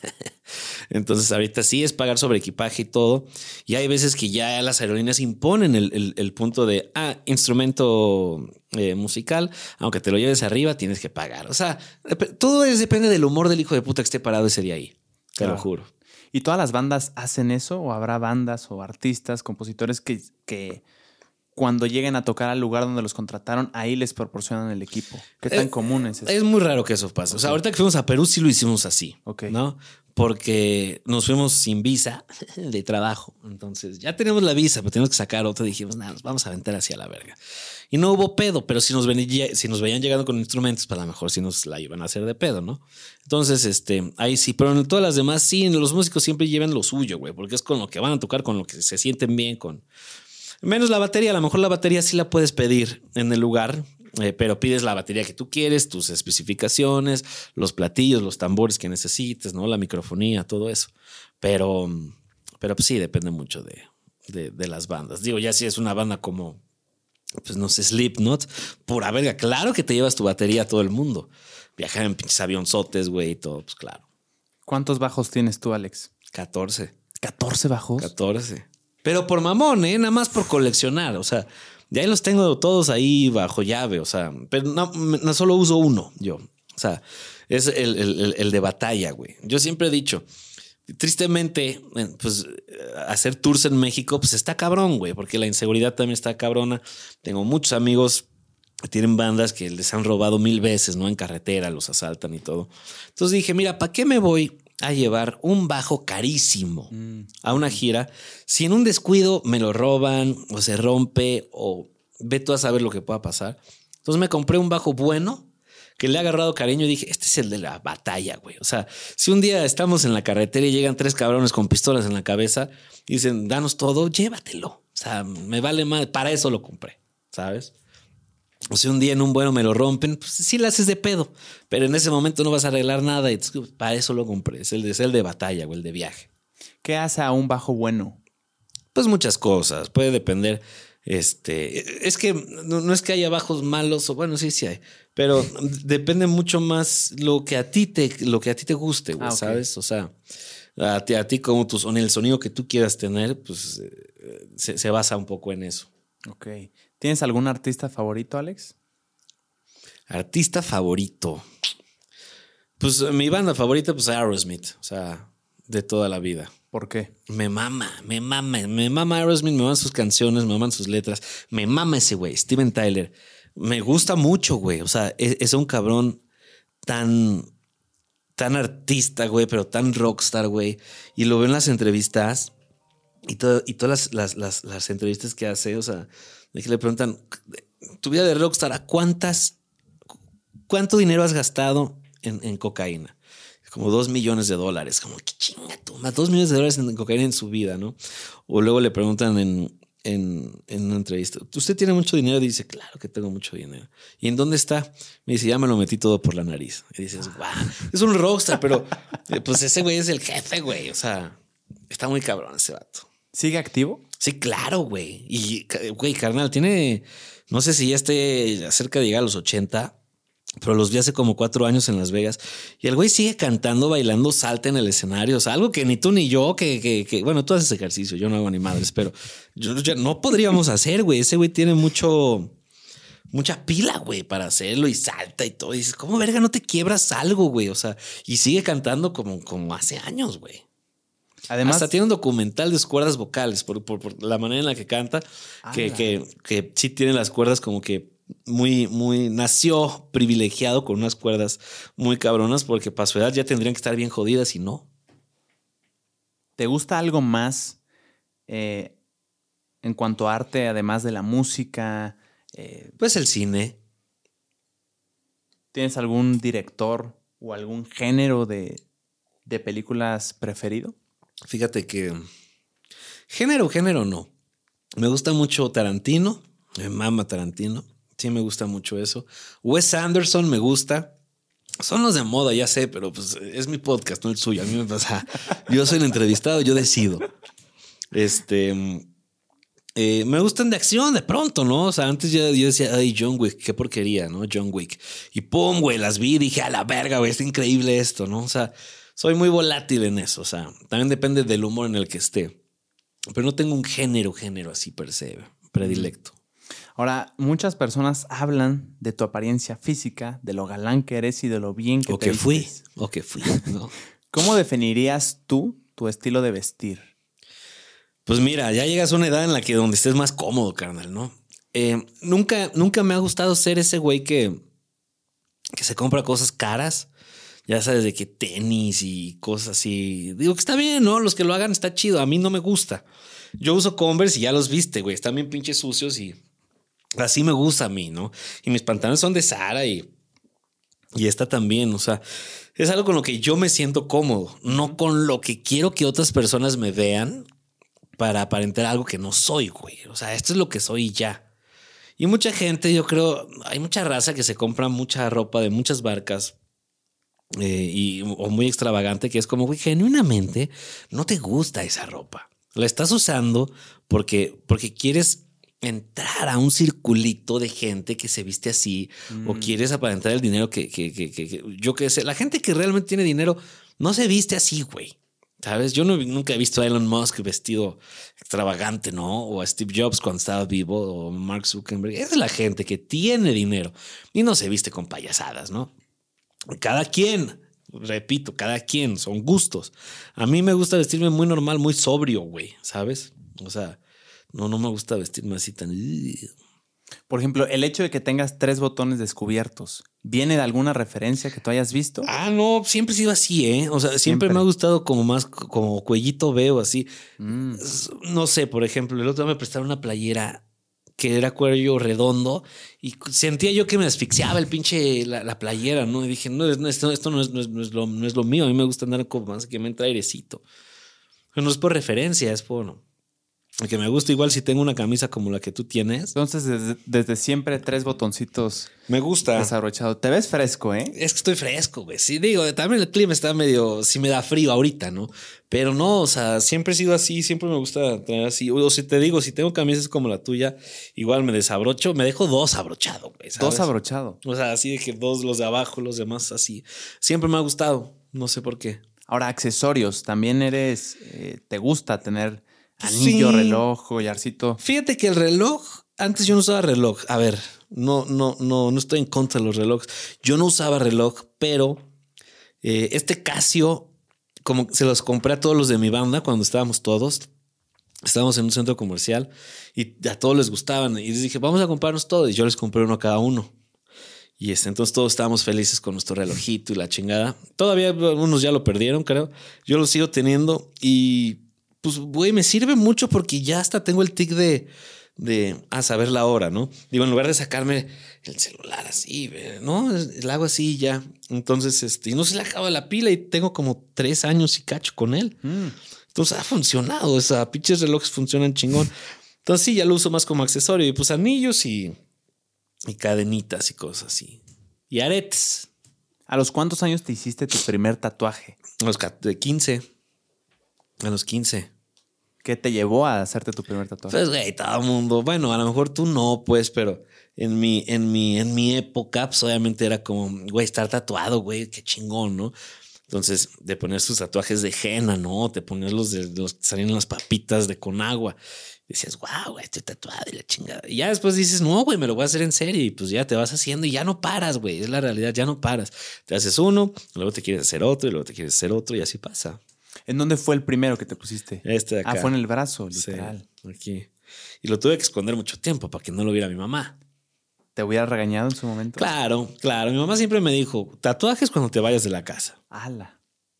Entonces ahorita sí es pagar sobre equipaje y todo. Y hay veces que ya las aerolíneas imponen el punto de instrumento musical, aunque te lo lleves arriba tienes que pagar. O sea, todo depende del humor del hijo de puta que esté parado ese día ahí. Te lo juro. ¿Y todas las bandas hacen eso? ¿O habrá bandas o artistas, compositores que cuando lleguen a tocar al lugar donde los contrataron, ahí les proporcionan el equipo? ¿Qué tan común es eso? Es muy raro que eso pase. O sea, ahorita que fuimos a Perú sí lo hicimos así, ¿no? Porque nos fuimos sin visa de trabajo. Entonces ya tenemos la visa, pero tenemos que sacar otra. Dijimos, nada, nos vamos a aventar hacia la verga. Y no hubo pedo, pero si nos veían llegando con instrumentos, pues a lo mejor sí nos la iban a hacer de pedo, ¿no? Entonces, ahí sí. Pero en todas las demás, sí, los músicos siempre llevan lo suyo, güey, porque es con lo que van a tocar, con lo que se sienten bien, con... Menos la batería, a lo mejor la batería sí la puedes pedir en el lugar, pero pides la batería que tú quieres, tus especificaciones, los platillos, los tambores que necesites, ¿no? La microfonía, todo eso. Pero pues sí, depende mucho de las bandas. Digo, ya si es una banda como, pues no sé, Slipknot, pura verga, claro que te llevas tu batería a todo el mundo. Viajar en pinches avionzotes, güey, y todo, pues claro. ¿Cuántos bajos tienes tú, Alex? 14. ¿14 bajos? 14. Pero por mamón, nada más por coleccionar. O sea, de ahí los tengo todos ahí bajo llave. O sea, pero no solo uso uno yo. O sea, es el de batalla, güey. Yo siempre he dicho, tristemente, pues hacer tours en México, pues está cabrón, güey, porque la inseguridad también está cabrona. Tengo muchos amigos que tienen bandas que les han robado 1000 veces, ¿no? En carretera, los asaltan y todo. Entonces dije, mira, ¿para qué me voy a llevar un bajo carísimo a una gira si en un descuido me lo roban o se rompe o ve tú a saber lo que pueda pasar? Entonces me compré un bajo bueno que le ha agarrado cariño y dije, este es el de la batalla, güey. O sea, si un día estamos en la carretera y llegan 3 cabrones con pistolas en la cabeza y dicen, danos todo, llévatelo. O sea, me vale más, para eso lo compré, ¿sabes? O si un día en un vuelo me lo rompen, pues sí la haces de pedo, pero en ese momento no vas a arreglar nada y para eso lo compré. Es el de batalla o el de viaje. ¿Qué hace a un bajo bueno? Pues muchas cosas, puede depender. Es que no es que haya bajos malos, o bueno, sí hay, pero depende mucho más lo que a ti te guste, güey, ¿sabes? O sea, a ti como en el sonido que tú quieras tener, pues se basa un poco en eso. Ok. ¿Tienes algún artista favorito, Alex? Artista favorito. Pues mi banda favorita, pues Aerosmith. O sea, de toda la vida. ¿Por qué? Me mama Aerosmith, me maman sus canciones, me maman sus letras. Me mama ese güey, Steven Tyler. Me gusta mucho, güey. O sea, es un cabrón tan artista, güey, pero tan rockstar, güey. Y lo veo en las entrevistas y todas las entrevistas que hace, o sea, de que le preguntan, tu vida de rockstar, ¿a cuánto dinero has gastado en cocaína? Como $2 millones. Como, qué chinga tú, más $2 millones en cocaína en su vida, ¿no? O luego le preguntan en una entrevista, ¿usted tiene mucho dinero? Y dice, claro que tengo mucho dinero. ¿Y en dónde está? Me dice, ya me lo metí todo por la nariz. Y dices, wow, es un rockstar, pero pues ese güey es el jefe, güey. O sea, está muy cabrón ese vato. ¿Sigue activo? Sí, claro, güey. Y, güey, carnal, tiene, no sé si ya esté cerca de llegar a los 80, pero los vi hace como 4 años en Las Vegas y el güey sigue cantando, bailando, salta en el escenario. O sea, algo que ni tú ni yo, bueno, tú haces ejercicio, yo no hago ni madres, pero yo ya no podríamos hacer, güey. Ese güey tiene mucha pila, güey, para hacerlo y salta y todo. Y dices, ¿cómo verga no te quiebras algo, güey? O sea, y sigue cantando como hace años, güey. Además, hasta tiene un documental de sus cuerdas vocales por la manera en la que canta, que sí tiene las cuerdas como que nació privilegiado con unas cuerdas muy cabronas, porque para su edad ya tendrían que estar bien jodidas y no. ¿Te gusta algo más en cuanto a arte, además de la música? Pues el cine. ¿Tienes algún director o algún género de películas preferido? Fíjate que género no. Me gusta mucho Tarantino, me mama Tarantino. Sí, me gusta mucho eso. Wes Anderson me gusta. Son los de moda, ya sé, pero pues es mi podcast, no el suyo. A mí me pasa. Yo soy el entrevistado, yo decido. Me gustan de acción de pronto, ¿no? O sea, antes yo decía, ay, John Wick, qué porquería, ¿no? John Wick. Y pum, güey, las vi y dije, a la verga, güey, está increíble esto, ¿no? O sea, soy muy volátil en eso. O sea, también depende del humor en el que esté. Pero no tengo un género así per se, predilecto. Ahora, muchas personas hablan de tu apariencia física, de lo galán que eres y de lo bien que te vistes. O que fui, ¿no? ¿Cómo definirías tú tu estilo de vestir? Pues mira, ya llegas a una edad en la que donde estés más cómodo, carnal, ¿no? Nunca me ha gustado ser ese güey que se compra cosas caras. Ya sabes, de que tenis y cosas así. Digo que está bien, ¿no? Los que lo hagan está chido. A mí no me gusta. Yo uso Converse y ya los viste, güey. Están bien pinches sucios y así me gusta a mí, ¿no? Y mis pantalones son de Zara y esta también. O sea, es algo con lo que yo me siento cómodo, no con lo que quiero que otras personas me vean para aparentar algo que no soy, güey. O sea, esto es lo que soy y ya. Y mucha gente, yo creo, hay mucha raza que se compra mucha ropa de muchas marcas. O muy extravagante, que es como, güey, genuinamente no te gusta esa ropa. La estás usando porque quieres entrar a un circulito de gente que se viste así o quieres aparentar el dinero que yo qué sé. La gente que realmente tiene dinero no se viste así, güey. ¿Sabes? Yo nunca he visto a Elon Musk vestido extravagante, ¿no? O a Steve Jobs cuando estaba vivo o Mark Zuckerberg. Esa es la gente que tiene dinero y no se viste con payasadas, ¿no? Cada quien, repito, cada quien, son gustos. A mí me gusta vestirme muy normal, muy sobrio, güey, ¿sabes? O sea, no me gusta vestirme así tan... Por ejemplo, el hecho de que tengas 3 botones descubiertos, ¿viene de alguna referencia que tú hayas visto? Ah, no, siempre he sido así, ¿eh? O sea, siempre me ha gustado como más, como cuellito veo así. No sé, por ejemplo, el otro día me prestaron una playera que era cuello redondo y sentía yo que me asfixiaba el pinche la playera, ¿no? Y dije, no, esto no es lo mío. A mí me gusta andar como más que me entra airecito. Pero no es por referencia, es por que me gusta. Igual si tengo una camisa como la que tú tienes. Entonces, desde siempre 3 botoncitos. Me gusta. Desabrochado. Te ves fresco, ¿eh? Es que estoy fresco, güey. Sí, digo, también el clima está medio... Sí me da frío ahorita, ¿no? Pero no, o sea, siempre he sido así. Siempre me gusta tener así. O si te digo, si tengo camisas como la tuya, igual me desabrocho. Me dejo 2 abrochado, güey. ¿Sabes? 2 abrochado. O sea, así de que 2 los de abajo, los demás así. Siempre me ha gustado. No sé por qué. Ahora, accesorios. También eres... ¿te gusta tener anillo, sí, reloj, collarcito? Fíjate que el reloj... Antes yo no usaba reloj. A ver, no estoy en contra de los relojes. Yo no usaba reloj, pero este Casio, como se los compré a todos los de mi banda cuando estábamos todos. Estábamos en un centro comercial y a todos les gustaban. Y les dije, vamos a comprarnos todos. Y yo les compré uno a cada uno. Y entonces todos estábamos felices con nuestro relojito y la chingada. Todavía algunos ya lo perdieron, creo. Yo lo sigo teniendo y pues, güey, me sirve mucho porque ya hasta tengo el tic de saber la hora, ¿no? Digo, en lugar de sacarme el celular así, ¿no? La hago así ya. Entonces, y no se le acaba la pila y tengo como 3 años y cacho con él. Entonces ha funcionado. O sea, pinches relojes funcionan chingón. Entonces sí, ya lo uso más como accesorio. Y pues anillos y cadenitas y cosas así. Y aretes. ¿A los cuántos años te hiciste tu primer tatuaje? A los 15. A los 15. ¿Qué te llevó a hacerte tu primer tatuaje? Pues, güey, todo el mundo. Bueno, a lo mejor tú no, pues, pero en mi época, pues obviamente era como, güey, estar tatuado, güey, qué chingón, ¿no? Entonces, de poner sus tatuajes de henna, ¿no? Te ponías los que salían las papitas de con agua. Y decías, wow, güey, estoy tatuado y la chingada. Y ya después dices, no, güey, me lo voy a hacer en serio. Y pues ya te vas haciendo y ya no paras, güey. Es la realidad, ya no paras. Te haces uno, luego te quieres hacer otro y luego te quieres hacer otro y así pasa. ¿En dónde fue el primero que te pusiste? Este de acá. Fue en el brazo, literal. Sí, aquí. Y lo tuve que esconder mucho tiempo para que no lo viera mi mamá. ¿Te hubiera regañado en su momento? Claro, claro. Mi mamá siempre me dijo, tatuajes cuando te vayas de la casa. ¡Hala!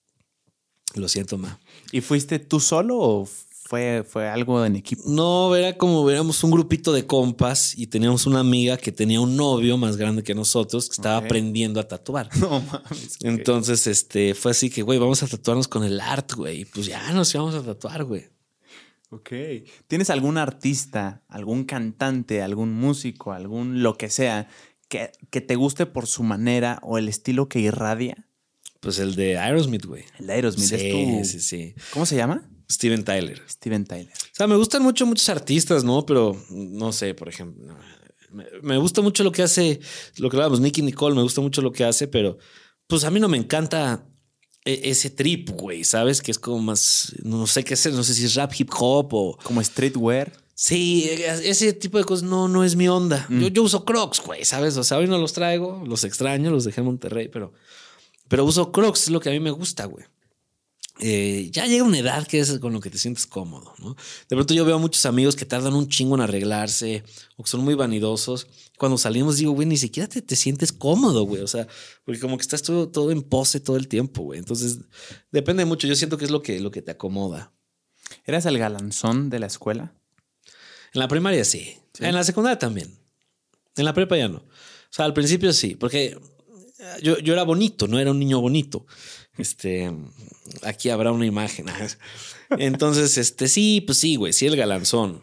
Lo siento, ma. ¿Y fuiste tú solo o fue algo en equipo? No, era como éramos un grupito de compas y teníamos una amiga que tenía un novio más grande que nosotros que estaba aprendiendo a tatuar. No mames. Okay. Entonces, fue así que, güey, vamos a tatuarnos con el art, güey. Y pues ya nos íbamos a tatuar, güey. Ok. ¿Tienes algún artista, algún cantante, algún músico, algún lo que sea que te guste por su manera o el estilo que irradia? Pues el de Aerosmith, güey. El de Aerosmith. Sí, sí. ¿Cómo se llama? Steven Tyler. Steven Tyler. O sea, me gustan muchos artistas, ¿no? Pero no sé, por ejemplo, me gusta mucho lo que hace, lo que hablábamos, Nicki Nicole, me gusta mucho lo que hace, pero pues a mí no me encanta ese trip, güey, ¿sabes? Que es como más, no sé qué es, no sé si es rap, hip hop o... Como streetwear. Sí, ese tipo de cosas no es mi onda. Yo uso Crocs, güey, ¿sabes? O sea, hoy no los traigo, los extraño, los dejé en Monterrey, pero uso Crocs, es lo que a mí me gusta, güey. Ya llega una edad que es con lo que te sientes cómodo, ¿no? De pronto yo veo a muchos amigos que tardan un chingo en arreglarse o que son muy vanidosos. Cuando salimos digo, güey, ni siquiera te sientes cómodo, güey. O sea, porque como que estás todo en pose todo el tiempo, güey. Entonces, depende mucho. Yo siento que es lo que te acomoda. ¿Eras el galanzón de la escuela? En la primaria sí. En la secundaria también. En la prepa ya no. O sea, al principio sí, porque yo era bonito, no era un niño bonito. Aquí habrá una imagen. Entonces, sí, pues sí, güey, sí el galanzón.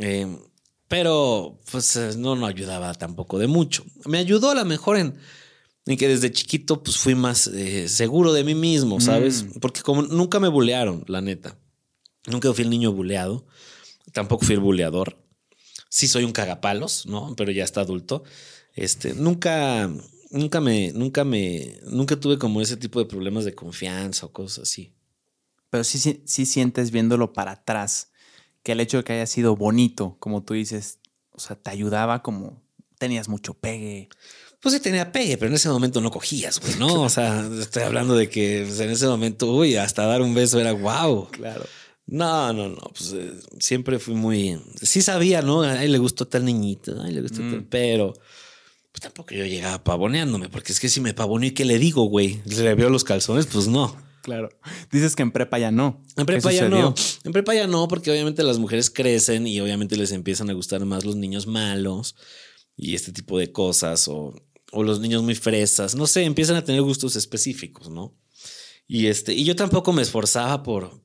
Pero pues no ayudaba tampoco de mucho. Me ayudó a lo mejor en que desde chiquito pues fui más seguro de mí mismo, ¿sabes? Porque como nunca me bulearon, la neta. Nunca fui el niño buleado. Tampoco fui el buleador. Sí soy un cagapalos, ¿no? Pero ya está adulto. Nunca tuve como ese tipo de problemas de confianza o cosas así. Pero sí sientes viéndolo para atrás que el hecho de que haya sido bonito, como tú dices, o sea, te ayudaba como tenías mucho pegue. Pues sí tenía pegue, pero en ese momento no cogías, güey, ¿no? O sea, estoy hablando de que pues, en ese momento, uy, hasta dar un beso era guau. Claro. No, pues siempre fui muy... Sí sabía, ¿no? A él le gustó tal niñito, a él le gustó tal, pero... Pues tampoco yo llegaba pavoneándome, porque es que si me pavoneo, ¿qué le digo, güey? ¿Le veo los calzones? Pues no. Claro. Dices que en prepa ya no. En prepa ya no. En prepa ya no, porque obviamente las mujeres crecen y obviamente les empiezan a gustar más los niños malos y este tipo de cosas, o los niños muy fresas. No sé, empiezan a tener gustos específicos, ¿no? Y yo tampoco me esforzaba por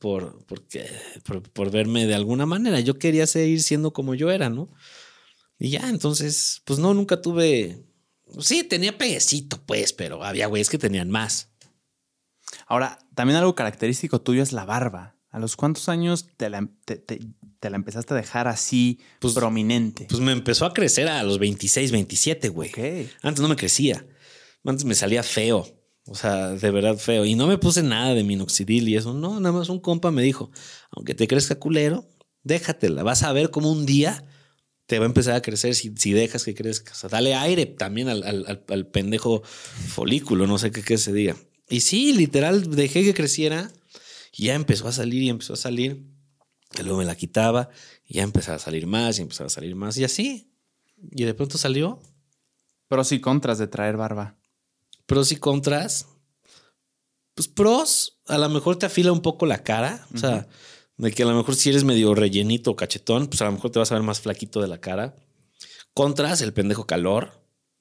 verme de alguna manera. Yo quería seguir siendo como yo era, ¿no? Y ya, entonces, pues no, nunca tuve... Sí, tenía peguecito, pues, pero había güeyes que tenían más. Ahora, también algo característico tuyo es la barba. ¿A los cuántos años te la empezaste a dejar así prominente? Pues me empezó a crecer a los 26, 27, güey. Okay. Antes no me crecía. Antes me salía feo. O sea, de verdad feo. Y no me puse nada de minoxidil y eso. No, nada más un compa me dijo, aunque te crezca culero, déjatela. Vas a ver cómo un día te va a empezar a crecer si dejas que crezca. O sea, dale aire también al pendejo folículo, no sé qué se diga. Y sí, literal, dejé que creciera y ya empezó a salir y empezó a salir. Y luego me la quitaba y ya empezaba a salir más y empezaba a salir más y así. Y de pronto salió. Pros y contras de traer barba. Pros y contras. Pues pros, a lo mejor te afila un poco la cara. O sea, de que a lo mejor si eres medio rellenito o cachetón, pues a lo mejor te vas a ver más flaquito de la cara. Contras, el pendejo calor.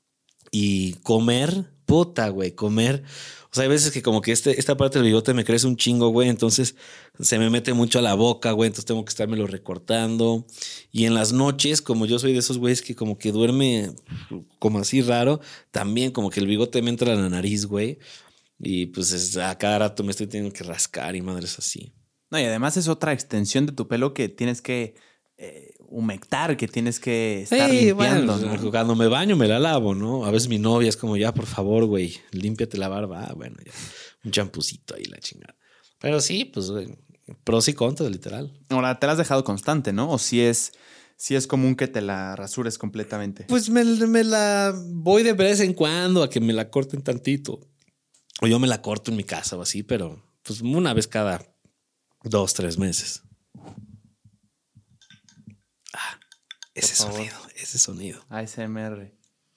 Y comer, puta, güey, comer. O sea, hay veces que como que esta parte del bigote me crece un chingo, güey. Entonces se me mete mucho a la boca, güey. Entonces tengo que estármelo recortando. Y en las noches, como yo soy de esos güeyes que como que duerme como así raro, también como que el bigote me entra a la nariz, güey. Y pues a cada rato me estoy teniendo que rascar y madres así. No, y además es otra extensión de tu pelo que tienes que humectar, que tienes que estar limpiando. Bueno, ¿no? cuando me baño me la lavo, ¿no? A veces mi novia es como, ya, por favor, güey, límpiate la barba. Ah, bueno, ya. Un champucito ahí, la chingada. Pero sí, pues, güey, pros y contras, literal. Ahora, te la has dejado constante, ¿no? O si es común que te la rasures completamente. Pues me la voy de vez en cuando a que me la corten tantito. O yo me la corto en mi casa o así, pero pues una vez cada 2, 3 meses. Ah, ese sonido. ASMR.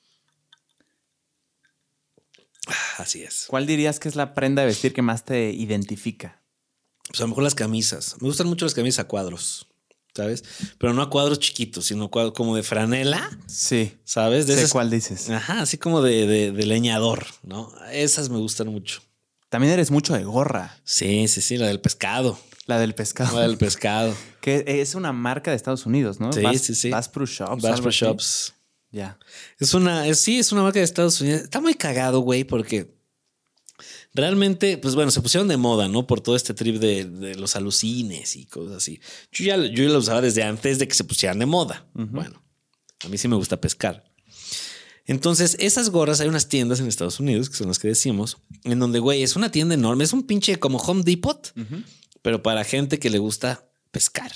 Así es. ¿Cuál dirías que es la prenda de vestir que más te identifica? Pues a lo mejor las camisas. Me gustan mucho las camisas a cuadros, ¿sabes? Pero no a cuadros chiquitos, sino cuadros como de franela, Sí. ¿sabes? De Sé esas, cuál dices. ajá, así como de leñador, ¿no? Esas me gustan mucho. También eres mucho de gorra. Sí, la del pescado. La del pescado. La del pescado. Que es una marca de Estados Unidos, ¿no? Sí, sí. Bass Pro Shops. Bass algo Pro así. Shops. Ya. Es una marca de Estados Unidos. Está muy cagado, güey, porque realmente, pues bueno, se pusieron de moda, ¿no? Por todo este trip de los alucines y cosas así. Yo ya lo usaba desde antes de que se pusieran de moda. Bueno, a mí sí me gusta pescar. Entonces, esas gorras, hay unas tiendas en Estados Unidos, que son las que decimos, en donde, güey, es una tienda enorme, es un pinche como Home Depot, pero para gente que le gusta pescar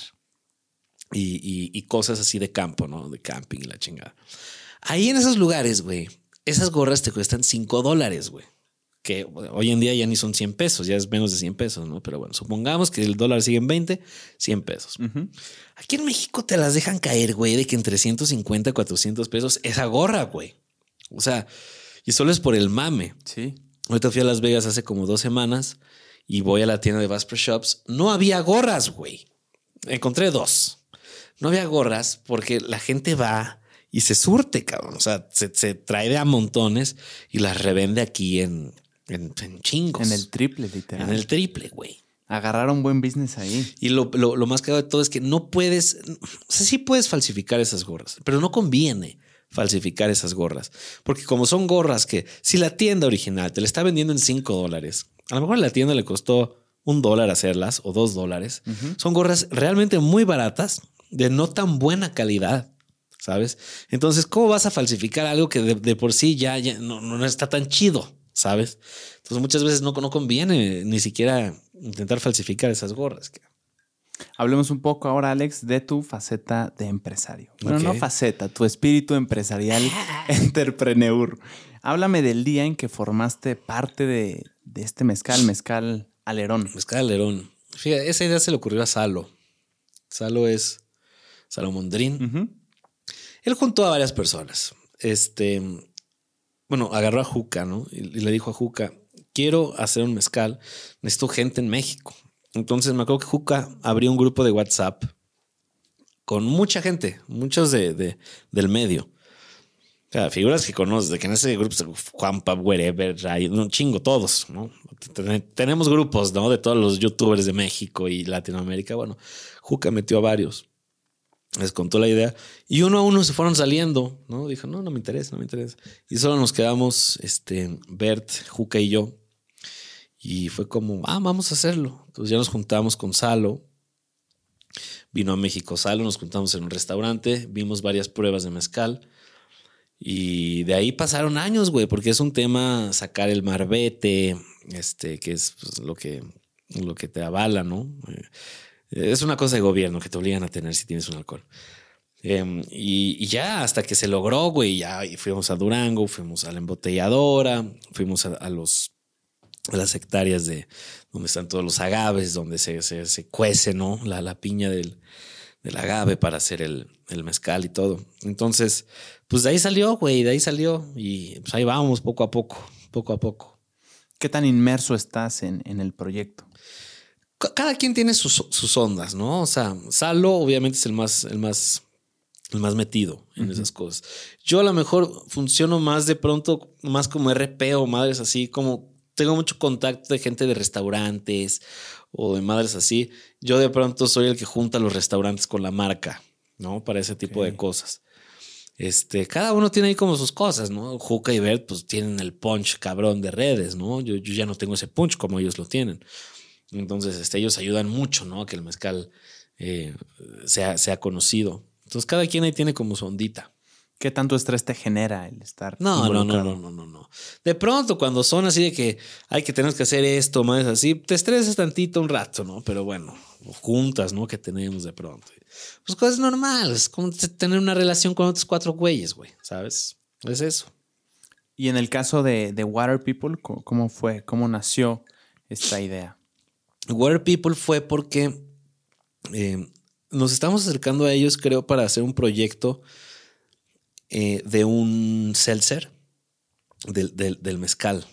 y cosas así de campo, ¿no? De camping y la chingada. Ahí en esos lugares, güey, esas gorras te cuestan $5, güey. Que hoy en día ya ni son 100 pesos, ya es menos de 100 pesos, ¿no? Pero bueno, supongamos que el dólar sigue en 20, 100 pesos. Aquí en México te las dejan caer, güey, de que entre 150 y 400 pesos esa gorra, güey. O sea, y solo es por el mame. Sí. Ahorita fui a Las Vegas hace como 2 semanas y voy a la tienda de Bass Pro Shops. No había gorras, güey. Encontré 2. No había gorras porque la gente va y se surte, cabrón. O sea, se trae de a montones y las revende aquí en chingos. En el triple, literal. En el triple, güey. Agarraron buen business ahí. Y lo más caro de todo es que no puedes, o sea, sí puedes falsificar esas gorras, pero no conviene falsificar esas gorras. Porque como son gorras que si la tienda original te la está vendiendo en $5, a lo mejor a la tienda le costó $1 hacerlas o $2. Son gorras realmente muy baratas, de no tan buena calidad, ¿sabes? Entonces, ¿cómo vas a falsificar algo que de por sí ya no está tan chido? ¿Sabes? Entonces muchas veces no conviene ni siquiera intentar falsificar esas gorras. Hablemos un poco ahora, Alex, de tu faceta de empresario. Bueno, Ok. no faceta, tu espíritu empresarial entrepreneur. Háblame del día en que formaste parte de este mezcal Alerón. Mezcal Alerón. Fíjate, esa idea se le ocurrió a Salo. Salo es Salomondrín. Él juntó a varias personas. Bueno, agarró a Juca, ¿no? Y le dijo a Juca, quiero hacer un mezcal, necesito gente en México. Entonces me acuerdo que Juca abrió un grupo de WhatsApp con mucha gente, muchos del medio. O sea, figuras que conoces, de que en ese grupo, Juan Pab, Wherever, Ray, un chingo, todos, ¿no? Tenemos grupos, ¿no? De todos los youtubers de México y Latinoamérica. Bueno, Juca metió a varios. Les contó la idea y uno a uno se fueron saliendo, ¿no? Dijo, no me interesa. Y solo nos quedamos, Bert, Juca y yo. Y fue como, vamos a hacerlo. Entonces ya nos juntamos con Salo. Vino a México Salo, nos juntamos en un restaurante, vimos varias pruebas de mezcal. Y de ahí pasaron años, güey, porque es un tema sacar el marbete, que es pues, lo que te avala, ¿no? Es una cosa de gobierno que te obligan a tener si tienes un alcohol. Y ya hasta que se logró, güey, ya y fuimos a Durango, fuimos a la embotelladora, fuimos a las hectáreas de donde están todos los agaves, donde se cuece, ¿no? La piña del agave para hacer el mezcal y todo. Entonces, pues de ahí salió, güey, y pues ahí vamos poco a poco. ¿Qué tan inmerso estás en el proyecto? Cada quien tiene sus ondas, ¿no? O sea, Salo obviamente es el más metido en esas cosas. Yo a lo mejor funciono más de pronto, más como RP o madres así, como tengo mucho contacto de gente de restaurantes o de madres así. Yo de pronto soy el que junta los restaurantes con la marca, ¿no? Para ese tipo de cosas. Cada uno tiene ahí como sus cosas, ¿no? Juca y Bert pues tienen el punch cabrón de redes, ¿no? Yo ya no tengo ese punch como ellos lo tienen. Entonces, ellos ayudan mucho, ¿no? A que el mezcal sea conocido. Entonces, cada quien ahí tiene como su ondita. ¿Qué tanto estrés te genera el estar No. involucrado? De pronto, cuando son así de que hay que tenemos que hacer esto, más así, te estresas tantito un rato, ¿no? Pero bueno, juntas, ¿no? Que tenemos de pronto. Pues cosas normales, como tener una relación con otros 4 güeyes, güey, ¿sabes? Es eso. Y en el caso de Water People, ¿cómo fue? ¿Cómo nació esta idea? Water People fue porque nos estamos acercando a ellos, creo, para hacer un proyecto de un seltzer del mezcal.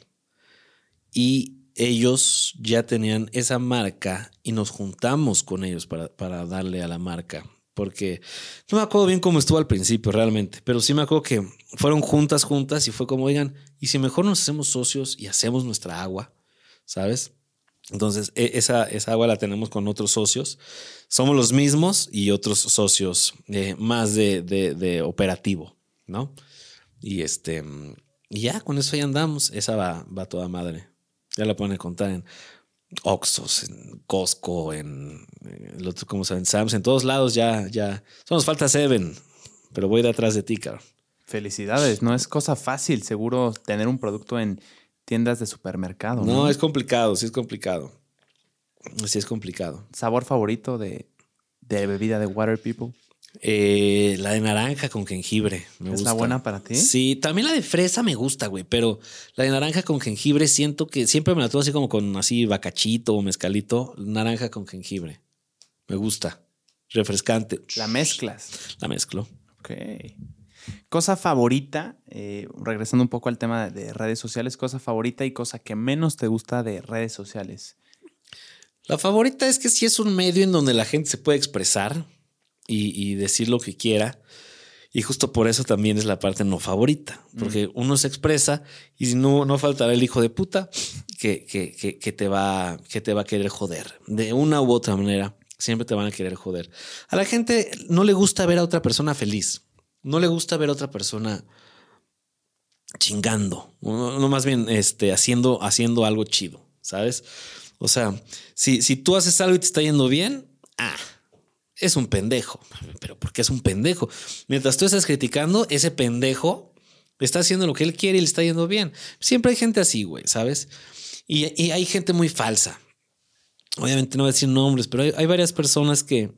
Y ellos ya tenían esa marca y nos juntamos con ellos para darle a la marca. Porque no me acuerdo bien cómo estuvo al principio realmente, pero sí me acuerdo que fueron juntas y fue como, oigan, ¿y si mejor nos hacemos socios y hacemos nuestra agua? ¿Sabes? Entonces, esa agua la tenemos con otros socios. Somos los mismos y otros socios más de operativo, ¿no? Y ya con eso ya andamos. Esa va toda madre. Ya la pueden encontrar en Oxxos, en Costco, en el otro, como saben, Sam's, en todos lados ya. Solo nos falta Seven, pero voy detrás de ti, cabrón. Felicidades, no es cosa fácil, seguro, tener un producto en tiendas de supermercado. No, es complicado, sí es complicado. Sí es complicado. ¿Sabor favorito de bebida de Water People? La de naranja con jengibre. Me gusta. ¿Es la buena para ti? Sí, también la de fresa me gusta, güey, pero la de naranja con jengibre siento que siempre me la tomo así como con así bacachito o mezcalito. Naranja con jengibre. Me gusta. Refrescante. ¿La mezclas? La mezclo. Ok. Cosa favorita, regresando un poco al tema de redes sociales, cosa favorita y cosa que menos te gusta de redes sociales. La favorita es que sí es un medio en donde la gente se puede expresar y decir lo que quiera. Y justo por eso también es la parte no favorita. Porque uno se expresa y no faltará el hijo de puta que te va a querer joder. De una u otra manera, siempre te van a querer joder. A la gente no le gusta ver a otra persona feliz. No le gusta ver a otra persona chingando. No más bien haciendo algo chido, ¿sabes? O sea, si tú haces algo y te está yendo bien, es un pendejo. ¿Pero por qué es un pendejo? Mientras tú estás criticando, ese pendejo está haciendo lo que él quiere y le está yendo bien. Siempre hay gente así, güey, ¿sabes? Y hay gente muy falsa. Obviamente no voy a decir nombres, pero hay varias personas que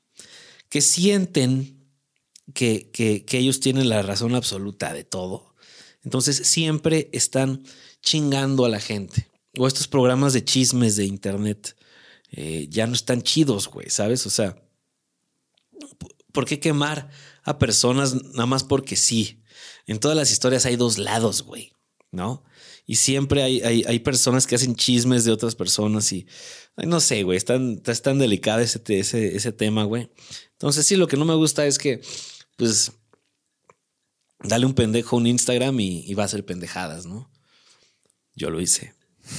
sienten que ellos tienen la razón absoluta de todo. Entonces siempre están chingando a la gente. O estos programas de chismes de internet ya no están chidos, güey, ¿sabes? O sea, ¿por qué quemar a personas nada más porque sí? En todas las historias hay 2 lados, güey, ¿no? Y siempre hay personas que hacen chismes de otras personas y no sé, güey, es tan delicado ese tema, güey. Entonces sí, lo que no me gusta es que pues dale un pendejo a un Instagram y va a hacer pendejadas, ¿no? Yo lo hice.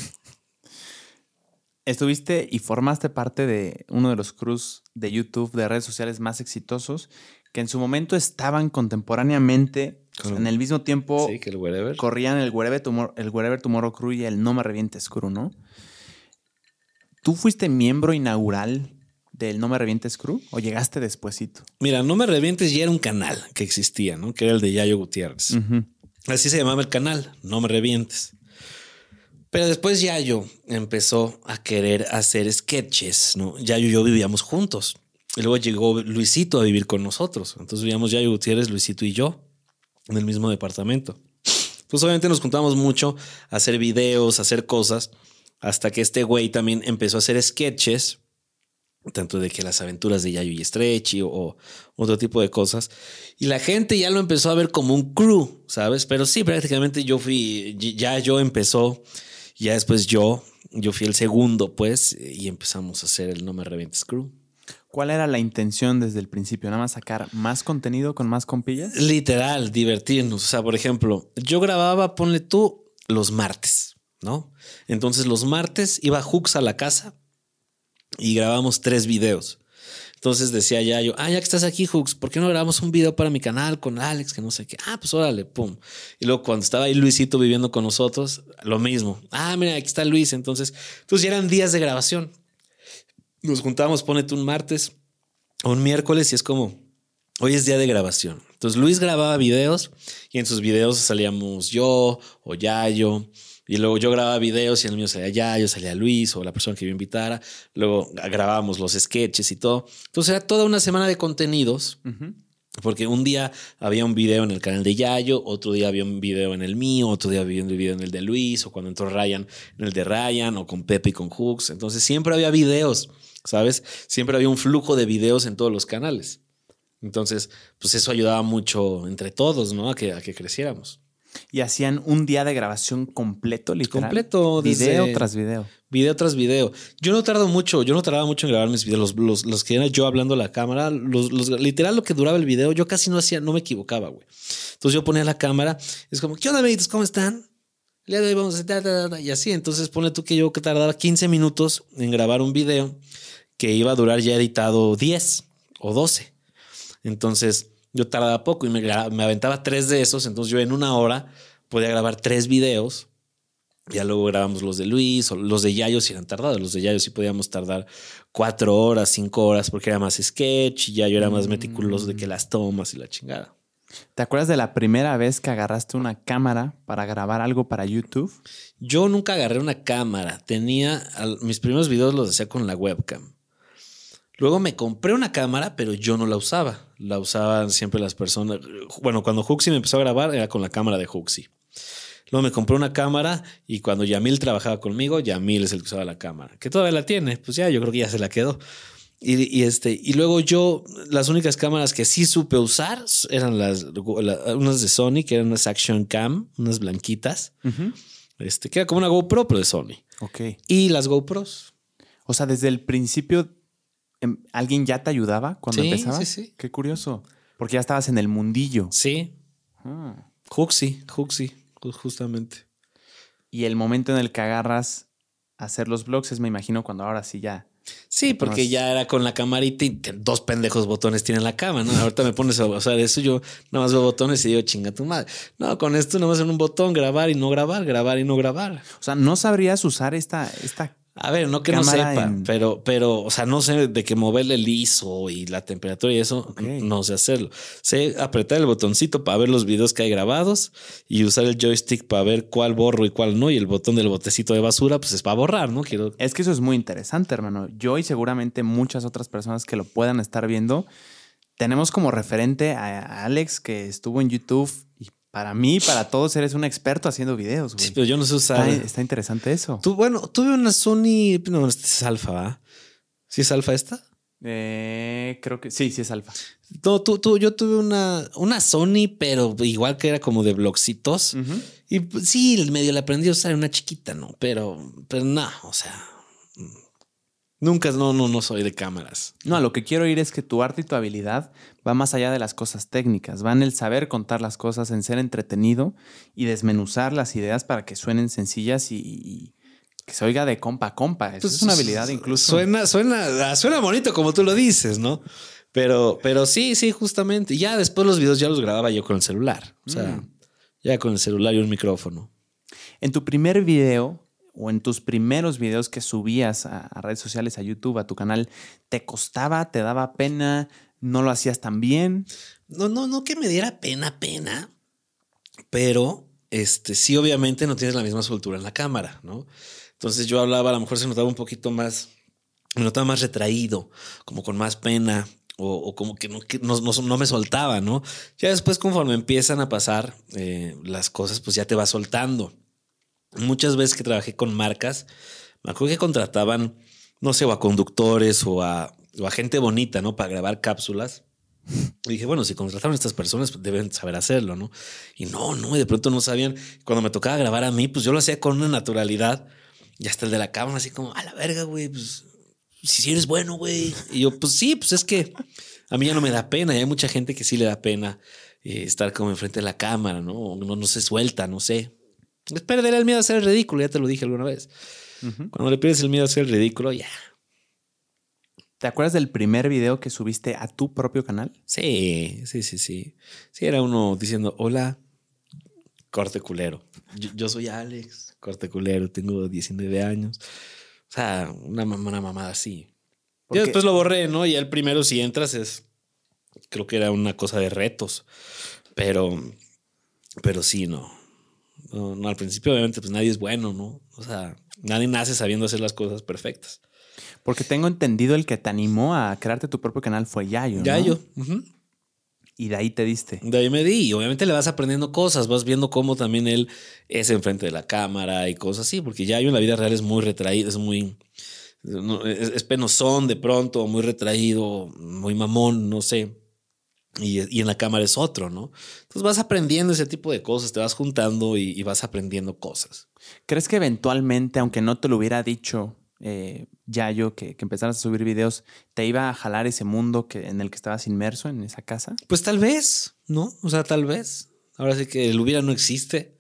Estuviste y formaste parte de uno de los crews de YouTube de redes sociales más exitosos que en su momento estaban contemporáneamente, en el mismo tiempo, sí, que el Wherever. Corrían el Wherever Tomorrow Crew y el No Me Revientes Crew, ¿no? ¿Tú fuiste miembro inaugural del No Me Revientes Crew o llegaste despuesito? Mira, No Me Revientes ya era un canal que existía, ¿no? Que era el de Yayo Gutiérrez. Uh-huh. Así se llamaba el canal, No Me Revientes. Pero después Yayo empezó a querer hacer sketches, ¿no? Yayo y yo vivíamos juntos. Y luego llegó Luisito a vivir con nosotros. Entonces vivíamos Yayo Gutiérrez, Luisito y yo en el mismo departamento. Pues obviamente nos juntábamos mucho a hacer videos, a hacer cosas, hasta que este güey también empezó a hacer sketches, tanto de que las aventuras de Yayo y Stretchy o otro tipo de cosas. Y la gente ya lo empezó a ver como un crew, ¿sabes? Pero sí, prácticamente Yayo empezó, ya después yo fui el segundo, pues, y empezamos a hacer el No Me Revientes Crew. ¿Cuál era la intención desde el principio? ¿Nada más sacar más contenido con más compillas? Literal, divertirnos. O sea, por ejemplo, yo grababa, ponle tú, los martes, ¿no? Entonces los martes iba Hux a la casa y grabamos 3 videos. Entonces decía ya yo, ya que estás aquí, Hooks, ¿por qué no grabamos un video para mi canal con Alex? Que no sé qué. Pues órale, pum. Y luego cuando estaba ahí Luisito viviendo con nosotros, lo mismo. Mira, aquí está Luis. Entonces ya eran días de grabación. Nos juntábamos, ponete un martes o un miércoles y es como, hoy es día de grabación. Entonces Luis grababa videos y en sus videos salíamos yo o Yayo. Y luego yo grababa videos y en el mío salía Yayo, salía Luis o la persona que yo invitara. Luego grabábamos los sketches y todo. Entonces era toda una semana de contenidos. Uh-huh. Porque un día había un video en el canal de Yayo, otro día había un video en el mío, otro día había un video en el de Luis, o cuando entró Ryan, en el de Ryan, o con Pepe y con Hooks. Entonces siempre había videos, ¿sabes? Siempre había un flujo de videos en todos los canales. Entonces, pues eso ayudaba mucho entre todos, ¿no? A que creciéramos. Y hacían un día de grabación completo, literal. Completo. Video tras video. Video tras video. Yo no tardaba mucho en grabar mis videos. Los que era yo hablando a la cámara, literal lo que duraba el video, yo casi no me equivocaba, güey. Entonces yo ponía la cámara, es como, ¿qué onda, amiguitos? ¿Cómo están? El día de hoy vamos a hacer y así. Entonces pone tú que yo que tardaba 15 minutos en grabar un video que iba a durar ya editado 10 o 12. Entonces yo tardaba poco y me aventaba 3 de esos. Entonces yo en una hora podía grabar 3 videos. Ya luego grabamos los de Luis o los de Yayo si eran tardados. Los de Yayo sí podíamos tardar 4 horas, 5 horas porque era más sketch y Yayo era más meticuloso de que las tomas y la chingada. ¿Te acuerdas de la primera vez que agarraste una cámara para grabar algo para YouTube? Yo nunca agarré una cámara. Mis primeros videos los hacía con la webcam. Luego me compré una cámara, pero yo no la usaba. La usaban siempre las personas. Bueno, cuando Hooksy me empezó a grabar era con la cámara de Hooksy. Luego me compré una cámara y cuando Yamil trabajaba conmigo, Yamil es el que usaba la cámara. Que todavía la tiene. Pues ya, yo creo que ya se la quedó. Y luego las únicas cámaras que sí supe usar eran unas de Sony, que eran unas Action Cam, unas blanquitas. Uh-huh. Que era como una GoPro, pero de Sony. Ok. Y las GoPros. O sea, desde el principio, ¿alguien ya te ayudaba cuando empezabas? Sí. Qué curioso. Porque ya estabas en el mundillo. Sí. Hooksy, justamente. Y el momento en el que agarras a hacer los vlogs es, me imagino, cuando ahora sí ya... Sí, porque ya era con la camarita y 2 pendejos botones tiene la cama, ¿no? Ahorita me pones a usar eso, yo nada más veo botones y digo, chinga tu madre. No, con esto nada más en un botón, grabar y no grabar, grabar y no grabar. O sea, ¿no sabrías usar esta a ver, no que no sepa, pero, o sea, no sé de que moverle el ISO y la temperatura y eso, okay. No sé hacerlo. Sé apretar el botoncito para ver los videos que hay grabados y usar el joystick para ver cuál borro y cuál no. Y el botón del botecito de basura, pues es para borrar, ¿no? Es que eso es muy interesante, hermano. Yo y seguramente muchas otras personas que lo puedan estar viendo, tenemos como referente a Alex, que estuvo en YouTube y para mí, para todos, eres un experto haciendo videos, güey. Sí, pero yo no sé usar. Está interesante eso. Tuve una Sony... No, esta es Alpha, ¿va? ¿Sí es Alpha esta? Creo que sí es Alpha. No, yo tuve una Sony, pero igual que era como de blogcitos. Uh-huh. Y pues, sí, medio la aprendí a usar, una chiquita, ¿no? Pero no, o sea... Nunca, no soy de cámaras. No, a lo que quiero ir es que tu arte y tu habilidad va más allá de las cosas técnicas. Va en el saber contar las cosas, en ser entretenido y desmenuzar las ideas para que suenen sencillas y que se oiga de compa a compa. Eso pues es una habilidad incluso. Suena bonito como tú lo dices, ¿no? Pero sí, justamente. Y ya después los videos ya los grababa yo con el celular. O sea, ya con el celular y un micrófono. En tu primer video... o en tus primeros videos que subías a redes sociales, a YouTube, a tu canal, ¿te costaba? ¿Te daba pena? ¿No lo hacías tan bien? No que me diera pena, pero sí, obviamente no tienes la misma soltura en la cámara, ¿no? Entonces yo hablaba, a lo mejor se notaba un poquito más, me notaba más retraído, como con más pena o como que no me soltaba, ¿no? Ya después, conforme empiezan a pasar las cosas, pues ya te vas soltando. Muchas veces que trabajé con marcas, me acuerdo que contrataban, no sé, o a conductores o a gente bonita, ¿no? Para grabar cápsulas. Y dije, bueno, si contrataron a estas personas, pues deben saber hacerlo, ¿no? Y no, y de pronto no sabían. Cuando me tocaba grabar a mí, pues yo lo hacía con una naturalidad. Y hasta el de la cámara así como, a la verga, güey, pues si eres bueno, güey. Y yo, pues sí, pues es que a mí ya no me da pena. Y hay mucha gente que sí le da pena estar como enfrente de la cámara, ¿no? No se suelta, no sé. Es perder el miedo a hacer el ridículo, ya te lo dije alguna vez. Uh-huh. Cuando le pierdes el miedo a hacer el ridículo, ya. ¿Te acuerdas del primer video que subiste a tu propio canal? Sí. Sí, era uno diciendo, hola, corte culero. Yo soy Alex, corte culero, tengo 19 años. O sea, una mamada así. Y después lo borré, ¿no? Y el primero, si entras, creo que era una cosa de retos. Pero sí, no, al principio obviamente pues nadie es bueno, ¿no? O sea, nadie nace sabiendo hacer las cosas perfectas. Porque tengo entendido el que te animó a crearte tu propio canal fue Yayo, ¿no? Yayo. Uh-huh. Y de ahí te diste. De ahí me di. Y obviamente le vas aprendiendo cosas, vas viendo cómo también él es enfrente de la cámara y cosas así, porque Yayo en la vida real es muy retraído, es penosón de pronto, muy retraído, muy mamón, no sé. Y en la cámara es otro, ¿no? Entonces vas aprendiendo ese tipo de cosas, te vas juntando y vas aprendiendo cosas. ¿Crees que eventualmente, aunque no te lo hubiera dicho Yayo, que empezaras a subir videos, te iba a jalar ese mundo en el que estabas inmerso en esa casa? Pues tal vez, ¿no? O sea, tal vez. Ahora sí que el hubiera no existe.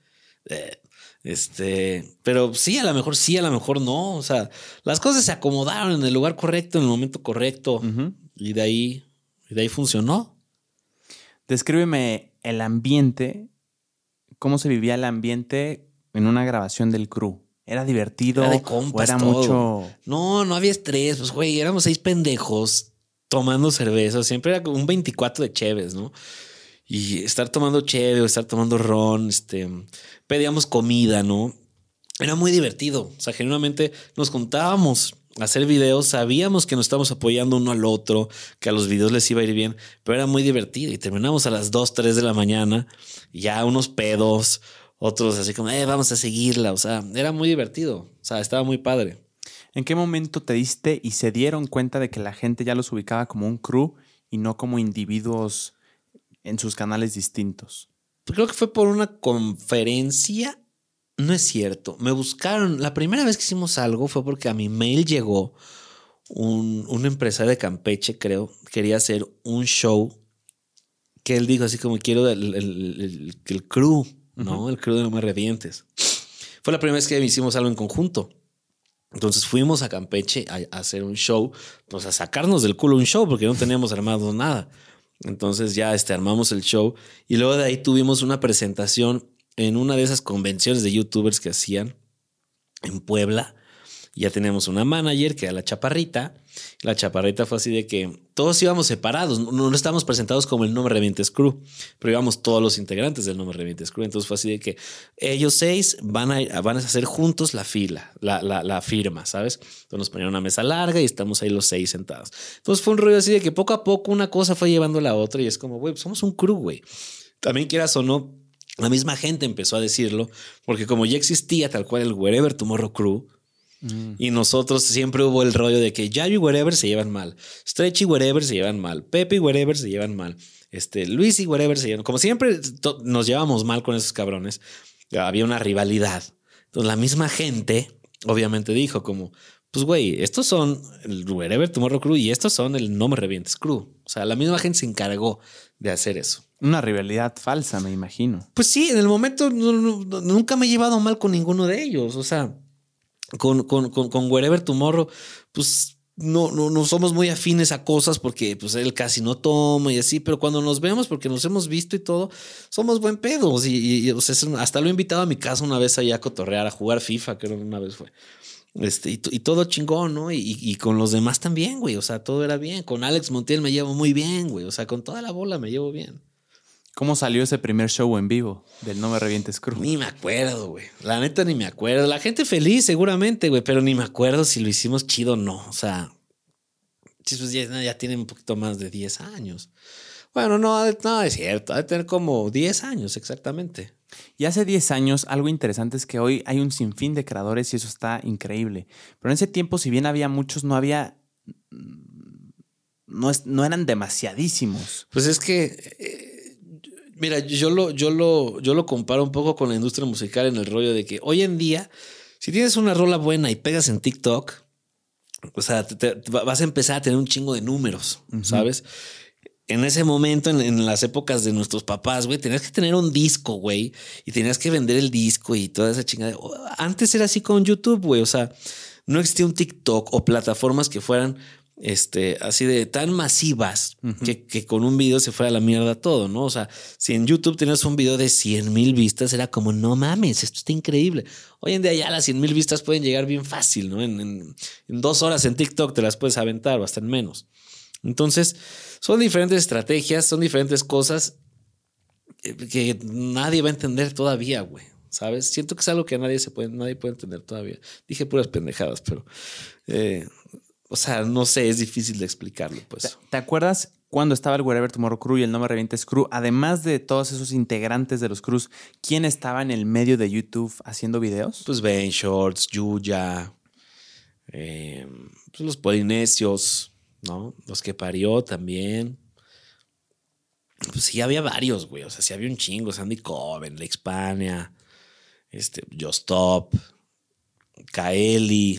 Pero sí, a lo mejor no. O sea, las cosas se acomodaron en el lugar correcto, en el momento correcto. Uh-huh. Y de ahí funcionó. Descríbeme el ambiente, cómo se vivía el ambiente en una grabación del crew. ¿Era divertido? Era de compas, ¿o era todo. mucho? No había estrés. Pues, güey, éramos 6 pendejos tomando cerveza. Siempre era un 24 de cheves, ¿no? Y estar tomando cheve o estar tomando ron, pedíamos comida, ¿no? Era muy divertido. O sea, genuinamente nos juntábamos a hacer videos, sabíamos que nos estábamos apoyando uno al otro, que a los videos les iba a ir bien, pero era muy divertido y terminamos a las 2, 3 de la mañana, ya unos pedos, otros así como, vamos a seguirla. O sea, era muy divertido. O sea, estaba muy padre. ¿En qué momento te diste y se dieron cuenta de que la gente ya los ubicaba como un crew y no como individuos en sus canales distintos? Pues creo que fue por una conferencia. No es cierto. Me buscaron. La primera vez que hicimos algo fue porque a mi mail llegó un empresario de Campeche, creo. Quería hacer un show que él dijo así como quiero el crew, ¿no? Uh-huh. El crew de No Me Revientes. Fue la primera vez que hicimos algo en conjunto. Entonces fuimos a Campeche a hacer un show, pues a sacarnos del culo un show porque no teníamos armado nada. Entonces ya armamos el show y luego de ahí tuvimos una presentación en una de esas convenciones de youtubers que hacían en Puebla. Ya teníamos una manager que era la Chaparrita. La Chaparrita fue así de que todos íbamos separados. No estábamos presentados como el No Me Revientes Crew, pero íbamos todos los integrantes del No Me Revientes Crew. Entonces fue así de que ellos 6 van a hacer juntos la fila, la firma, ¿sabes? Entonces nos ponían una mesa larga y estamos ahí los 6 sentados. Entonces fue un rollo así de que poco a poco una cosa fue llevando a la otra y es como, güey, somos un crew, güey. También quieras o no, la misma gente empezó a decirlo porque como ya existía tal cual el Wherever Tomorrow Crew, y nosotros siempre hubo el rollo de que Yayo y Wherever se llevan mal, Stretch y Wherever se llevan mal, Pepe y Wherever se llevan mal, Luis y Wherever se llevan. Como siempre nos llevamos mal con esos cabrones, había una rivalidad. Entonces la misma gente obviamente dijo como, pues güey, estos son el Wherever Tomorrow Crew y estos son el No Me Revientes Crew. O sea, la misma gente se encargó de hacer eso. Una rivalidad falsa, me imagino. Pues sí, en el momento nunca me he llevado mal con ninguno de ellos. O sea, con Wherever Tomorrow, pues no somos muy afines a cosas porque pues él casi no toma y así, pero cuando nos vemos, porque nos hemos visto y todo, somos buen pedos. Y o sea, hasta lo he invitado a mi casa una vez allá a cotorrear, a jugar FIFA, creo que una vez fue. Y todo chingón, ¿no? Y con los demás también, güey. O sea, todo era bien. Con Alex Montiel me llevo muy bien, güey. O sea, con toda la bola me llevo bien. ¿Cómo salió ese primer show en vivo del No Me Revientes Crew? Ni me acuerdo, güey. La neta ni me acuerdo. La gente feliz seguramente, güey, pero ni me acuerdo si lo hicimos chido o no. O sea, pues ya tienen un poquito más de 10 años. Bueno, no es cierto. Ha de tener como 10 años exactamente. Y hace 10 años algo interesante es que hoy hay un sinfín de creadores y eso está increíble. Pero en ese tiempo, si bien había muchos, no eran demasiadísimos. Pues es que... Mira, yo lo comparo un poco con la industria musical en el rollo de que hoy en día, si tienes una rola buena y pegas en TikTok, o sea, te vas a empezar a tener un chingo de números, uh-huh. ¿Sabes? En ese momento, en las épocas de nuestros papás, güey, tenías que tener un disco, güey, y tenías que vender el disco y toda esa chingada. Antes era así con YouTube, güey, o sea, no existía un TikTok o plataformas que fueran así de tan masivas que con un video se fuera a la mierda todo, ¿no? O sea, si en YouTube tenías un video de 100,000 vistas, era como, no mames, esto está increíble. Hoy en día ya las 100,000 vistas pueden llegar bien fácil, ¿no? En 2 horas en TikTok te las puedes aventar o hasta en menos. Entonces, son diferentes estrategias, son diferentes cosas que nadie va a entender todavía, güey. ¿Sabes? Siento que es algo que nadie puede entender todavía. Dije puras pendejadas, pero o sea, no sé, es difícil de explicarlo, pues. ¿Te acuerdas cuando estaba el Wherever Tomorrow Crew y el No Me Revientes Crew? Además de todos esos integrantes de los crews, ¿quién estaba en el medio de YouTube haciendo videos? Pues Ben Shorts, Yuya, pues los Polinesios, ¿no? Los que parió también. Pues sí, había varios, güey. O sea, sí había un chingo. Sandy Coven, La Hispania, Just Stop, Kaeli,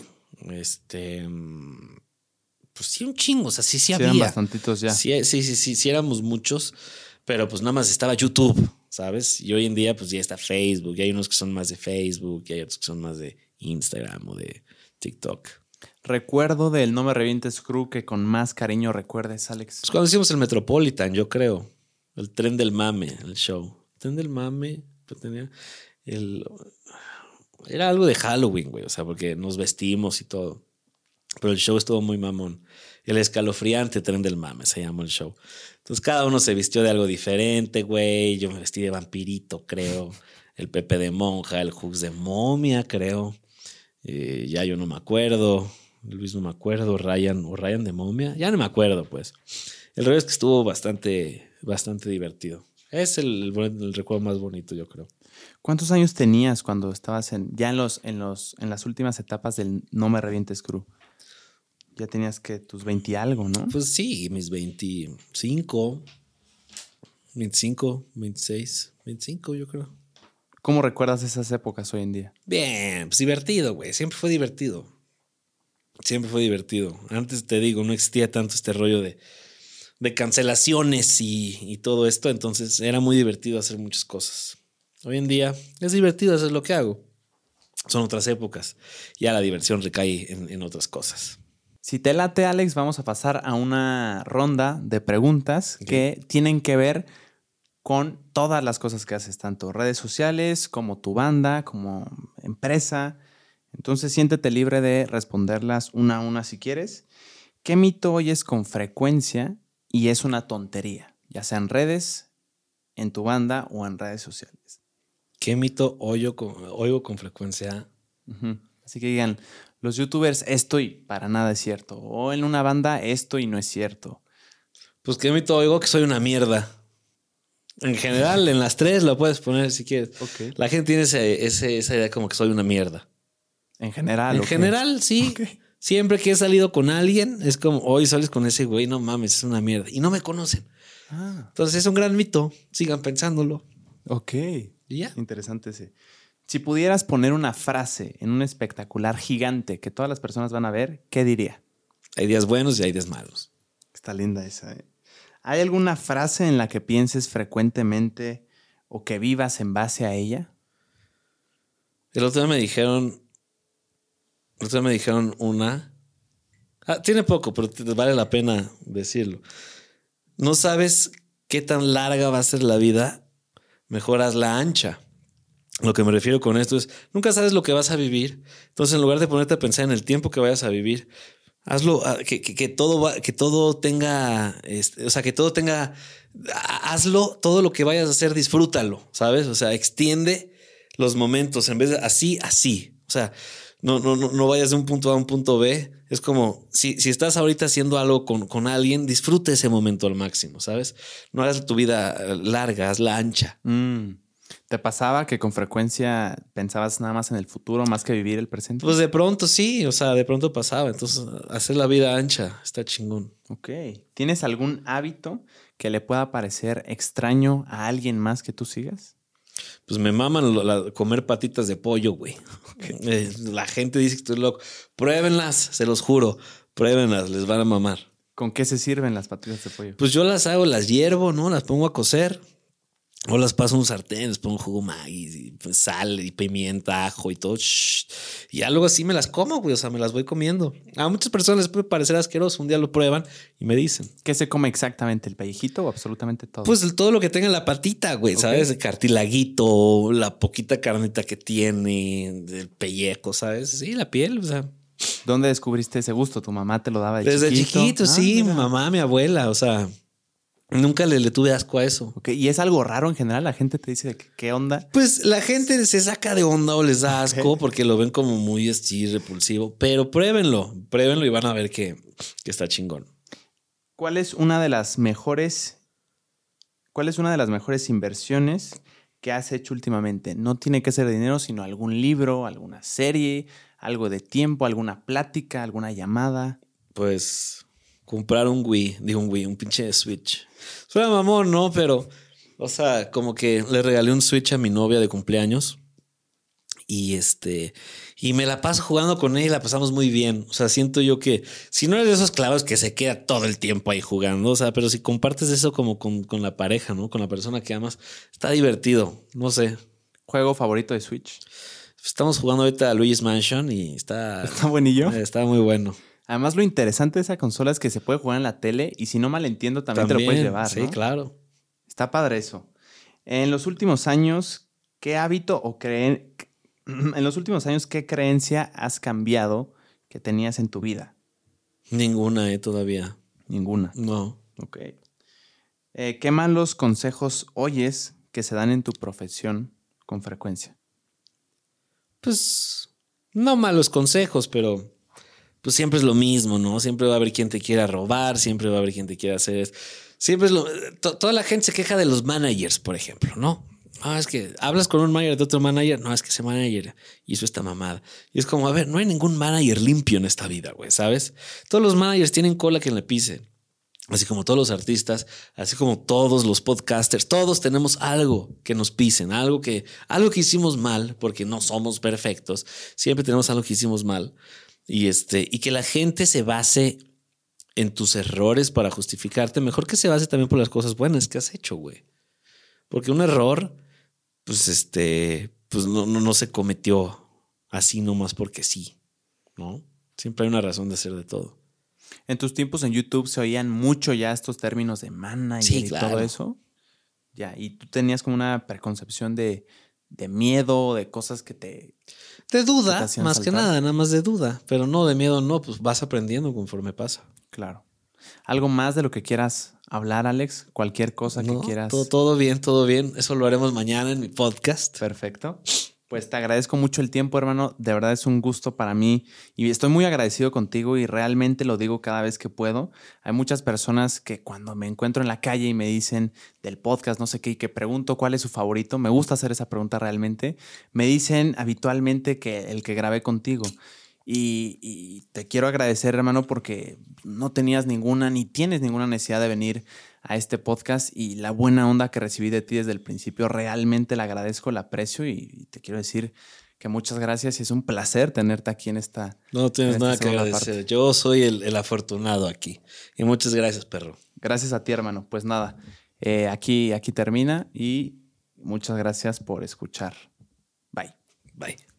pues sí, un chingo. O sea, sí había. Eran bastantitos ya. Sí, éramos muchos. Pero pues nada más estaba YouTube, ¿sabes? Y hoy en día pues ya está Facebook. Y hay unos que son más de Facebook. Y hay otros que son más de Instagram o de TikTok. Recuerdo del No Me Revientes Crew que con más cariño recuerdes, Alex. Pues cuando hicimos el Metropolitan, yo creo. El Tren del Mame, el show. El Tren del Mame, pues tenía era algo de Halloween, güey. O sea, porque nos vestimos y todo. Pero el show estuvo muy mamón. El escalofriante Tren del Mame se llamó el show. Entonces cada uno se vistió de algo diferente, güey. Yo me vestí de vampirito, creo. El Pepe de monja, el Hux de momia, creo. Ya yo no me acuerdo. Luis no me acuerdo. Ryan de momia. Ya no me acuerdo, pues. El rollo es que estuvo bastante divertido. Es el recuerdo más bonito, yo creo. ¿Cuántos años tenías cuando estabas en las últimas etapas del No Me Revientes Crew? Ya tenías que tus 20 y algo, ¿no? Pues sí, mis 25, 26, 25, yo creo. ¿Cómo recuerdas esas épocas hoy en día? Bien, pues divertido, güey. Siempre fue divertido. Antes, te digo, no existía tanto este rollo de cancelaciones y todo esto. Entonces era muy divertido hacer muchas cosas. Hoy en día es divertido hacer lo que hago. Son otras épocas. Ya la diversión recae en otras cosas. Si te late, Alex, vamos a pasar a una ronda de preguntas que tienen que ver con todas las cosas que haces, tanto redes sociales como tu banda, como empresa. Entonces siéntete libre de responderlas una a una si quieres. ¿Qué mito oyes con frecuencia y es una tontería? Ya sea en redes, en tu banda o en redes sociales. ¿Qué mito oigo con frecuencia? Uh-huh. Así que digan, los youtubers esto y para nada es cierto. O en una banda esto y no es cierto. Pues qué mito oigo que soy una mierda. En general, en las 3 lo puedes poner si quieres. Okay. La gente tiene esa idea como que soy una mierda. En general. En general, sí. Okay. Siempre que he salido con alguien, es como, hoy sales con ese güey, no mames, es una mierda. Y no me conocen. Entonces es un gran mito. Sigan pensándolo. Ok. ¿Y ya? Interesante ese. Si pudieras poner una frase en un espectacular gigante que todas las personas van a ver, ¿qué diría? Hay días buenos y hay días malos. Está linda esa, ¿eh? ¿Hay alguna frase en la que pienses frecuentemente o que vivas en base a ella? El otro día me dijeron una. Tiene poco, pero vale la pena decirlo. No sabes qué tan larga va a ser la vida, mejor hazla ancha. Lo que me refiero con esto es, nunca sabes lo que vas a vivir. Entonces, en lugar de ponerte a pensar en el tiempo que vayas a vivir, hazlo, que todo tenga, o sea, que todo tenga, hazlo, todo lo que vayas a hacer, disfrútalo, ¿sabes? O sea, extiende los momentos en vez de así. O sea, no vayas de un punto A a un punto B. Es como, si estás ahorita haciendo algo con alguien, disfruta ese momento al máximo, ¿sabes? No hagas tu vida larga, hazla ancha. ¿Te pasaba que con frecuencia pensabas nada más en el futuro más que vivir el presente? Pues de pronto sí, o sea, de pronto pasaba. Entonces, hacer la vida ancha está chingón. Ok. ¿Tienes algún hábito que le pueda parecer extraño a alguien más que tú sigas? Pues me maman comer patitas de pollo, güey. Okay. La gente dice que estoy loco. Pruébenlas, se los juro. Pruébenlas, les van a mamar. ¿Con qué se sirven las patitas de pollo? Pues yo las hago, las hiervo, ¿no? Las pongo a cocer. O las paso en un sartén, les pongo jugo Maggi, y pues sal y pimienta, ajo y todo. Y algo así me las como, güey. O sea, me las voy comiendo. A muchas personas les puede parecer asqueroso. Un día lo prueban y me dicen. ¿Qué se come exactamente? ¿El pellejito o absolutamente todo? Pues todo lo que tenga en la patita, güey, ¿sabes? El cartilaguito, la poquita carnita que tiene, el pellejo, ¿sabes? Sí, la piel, o sea. ¿Dónde descubriste ese gusto? ¿Tu mamá te lo daba de Desde chiquito? chiquito, sí, Mira. mi mamá, mi abuela, o sea. Nunca le tuve asco a eso. Ok, ¿y es algo raro en general? La gente te dice de que, ¿qué onda? Pues la gente se saca de onda o les da asco porque lo ven como muy repulsivo, pero pruébenlo y van a ver que está chingón. ¿Cuál es una de las mejores inversiones que has hecho últimamente? No tiene que ser dinero, sino algún libro, alguna serie, algo de tiempo, alguna plática, alguna llamada. Pues comprar un pinche Switch. Suena mamón, ¿no? Pero, o sea, como que le regalé un Switch a mi novia de cumpleaños y y me la paso jugando con ella y la pasamos muy bien. O sea, siento yo que si no eres de esos clavos que se queda todo el tiempo ahí jugando, o sea, pero si compartes eso como con la pareja, ¿no? Con la persona que amas, está divertido. No sé. ¿Juego favorito de Switch? Estamos jugando ahorita a Luigi's Mansion y está buenillo. Está muy bueno. Además, lo interesante de esa consola es que se puede jugar en la tele y si no mal entiendo, también te lo puedes llevar, sí, ¿no? claro. Está padre eso. En los últimos años, ¿qué hábito en los últimos años, qué creencia has cambiado que tenías en tu vida? Ninguna, todavía. Ninguna. No. Ok. ¿Qué malos consejos oyes que se dan en tu profesión con frecuencia? Pues no malos consejos, pero pues siempre es lo mismo, ¿no? Siempre va a haber quien te quiera robar, siempre va a haber quien te quiera hacer esto. Siempre es toda la gente se queja de los managers, por ejemplo, ¿no? Ah, es que hablas con un manager de otro manager. No, es que ese manager hizo esta mamada. Y es como, a ver, no hay ningún manager limpio en esta vida, güey, ¿sabes? Todos los managers tienen cola que le pisen. Así como todos los artistas, así como todos los podcasters, todos tenemos algo que nos pisen, algo que hicimos mal, porque no somos perfectos. Siempre tenemos algo que hicimos mal. Y que la gente se base en tus errores para justificarte. Mejor que se base también por las cosas buenas que has hecho, güey. Porque un error, pues pues no se cometió así nomás porque sí, ¿no? Siempre hay una razón de hacer de todo. En tus tiempos en YouTube se oían mucho ya estos términos de manager Sí, y claro. todo eso. Ya, y tú tenías como una preconcepción de miedo, de cosas que te... De duda, que te hacían más que saltar. nada más de duda. Pero no, de miedo no, pues vas aprendiendo conforme pasa. Claro. ¿Algo más de lo que quieras hablar, Alex? Cualquier cosa que quieras. Todo bien, todo bien. Eso lo haremos mañana en mi podcast. Perfecto. Pues te agradezco mucho el tiempo, hermano. De verdad es un gusto para mí y estoy muy agradecido contigo y realmente lo digo cada vez que puedo. Hay muchas personas que cuando me encuentro en la calle y me dicen del podcast, no sé qué, y que pregunto cuál es su favorito, me gusta hacer esa pregunta realmente, me dicen habitualmente que el que grabé contigo. Y te quiero agradecer, hermano, porque no tenías ni tienes ninguna necesidad de venir a este podcast y la buena onda que recibí de ti desde el principio, realmente la agradezco, la aprecio y te quiero decir que muchas gracias y es un placer tenerte aquí en esta. No tienes nada que segunda agradecer. parte. Yo soy el afortunado aquí. Y muchas gracias, perro. Gracias a ti, hermano. Pues nada, aquí termina y muchas gracias por escuchar. Bye. Bye.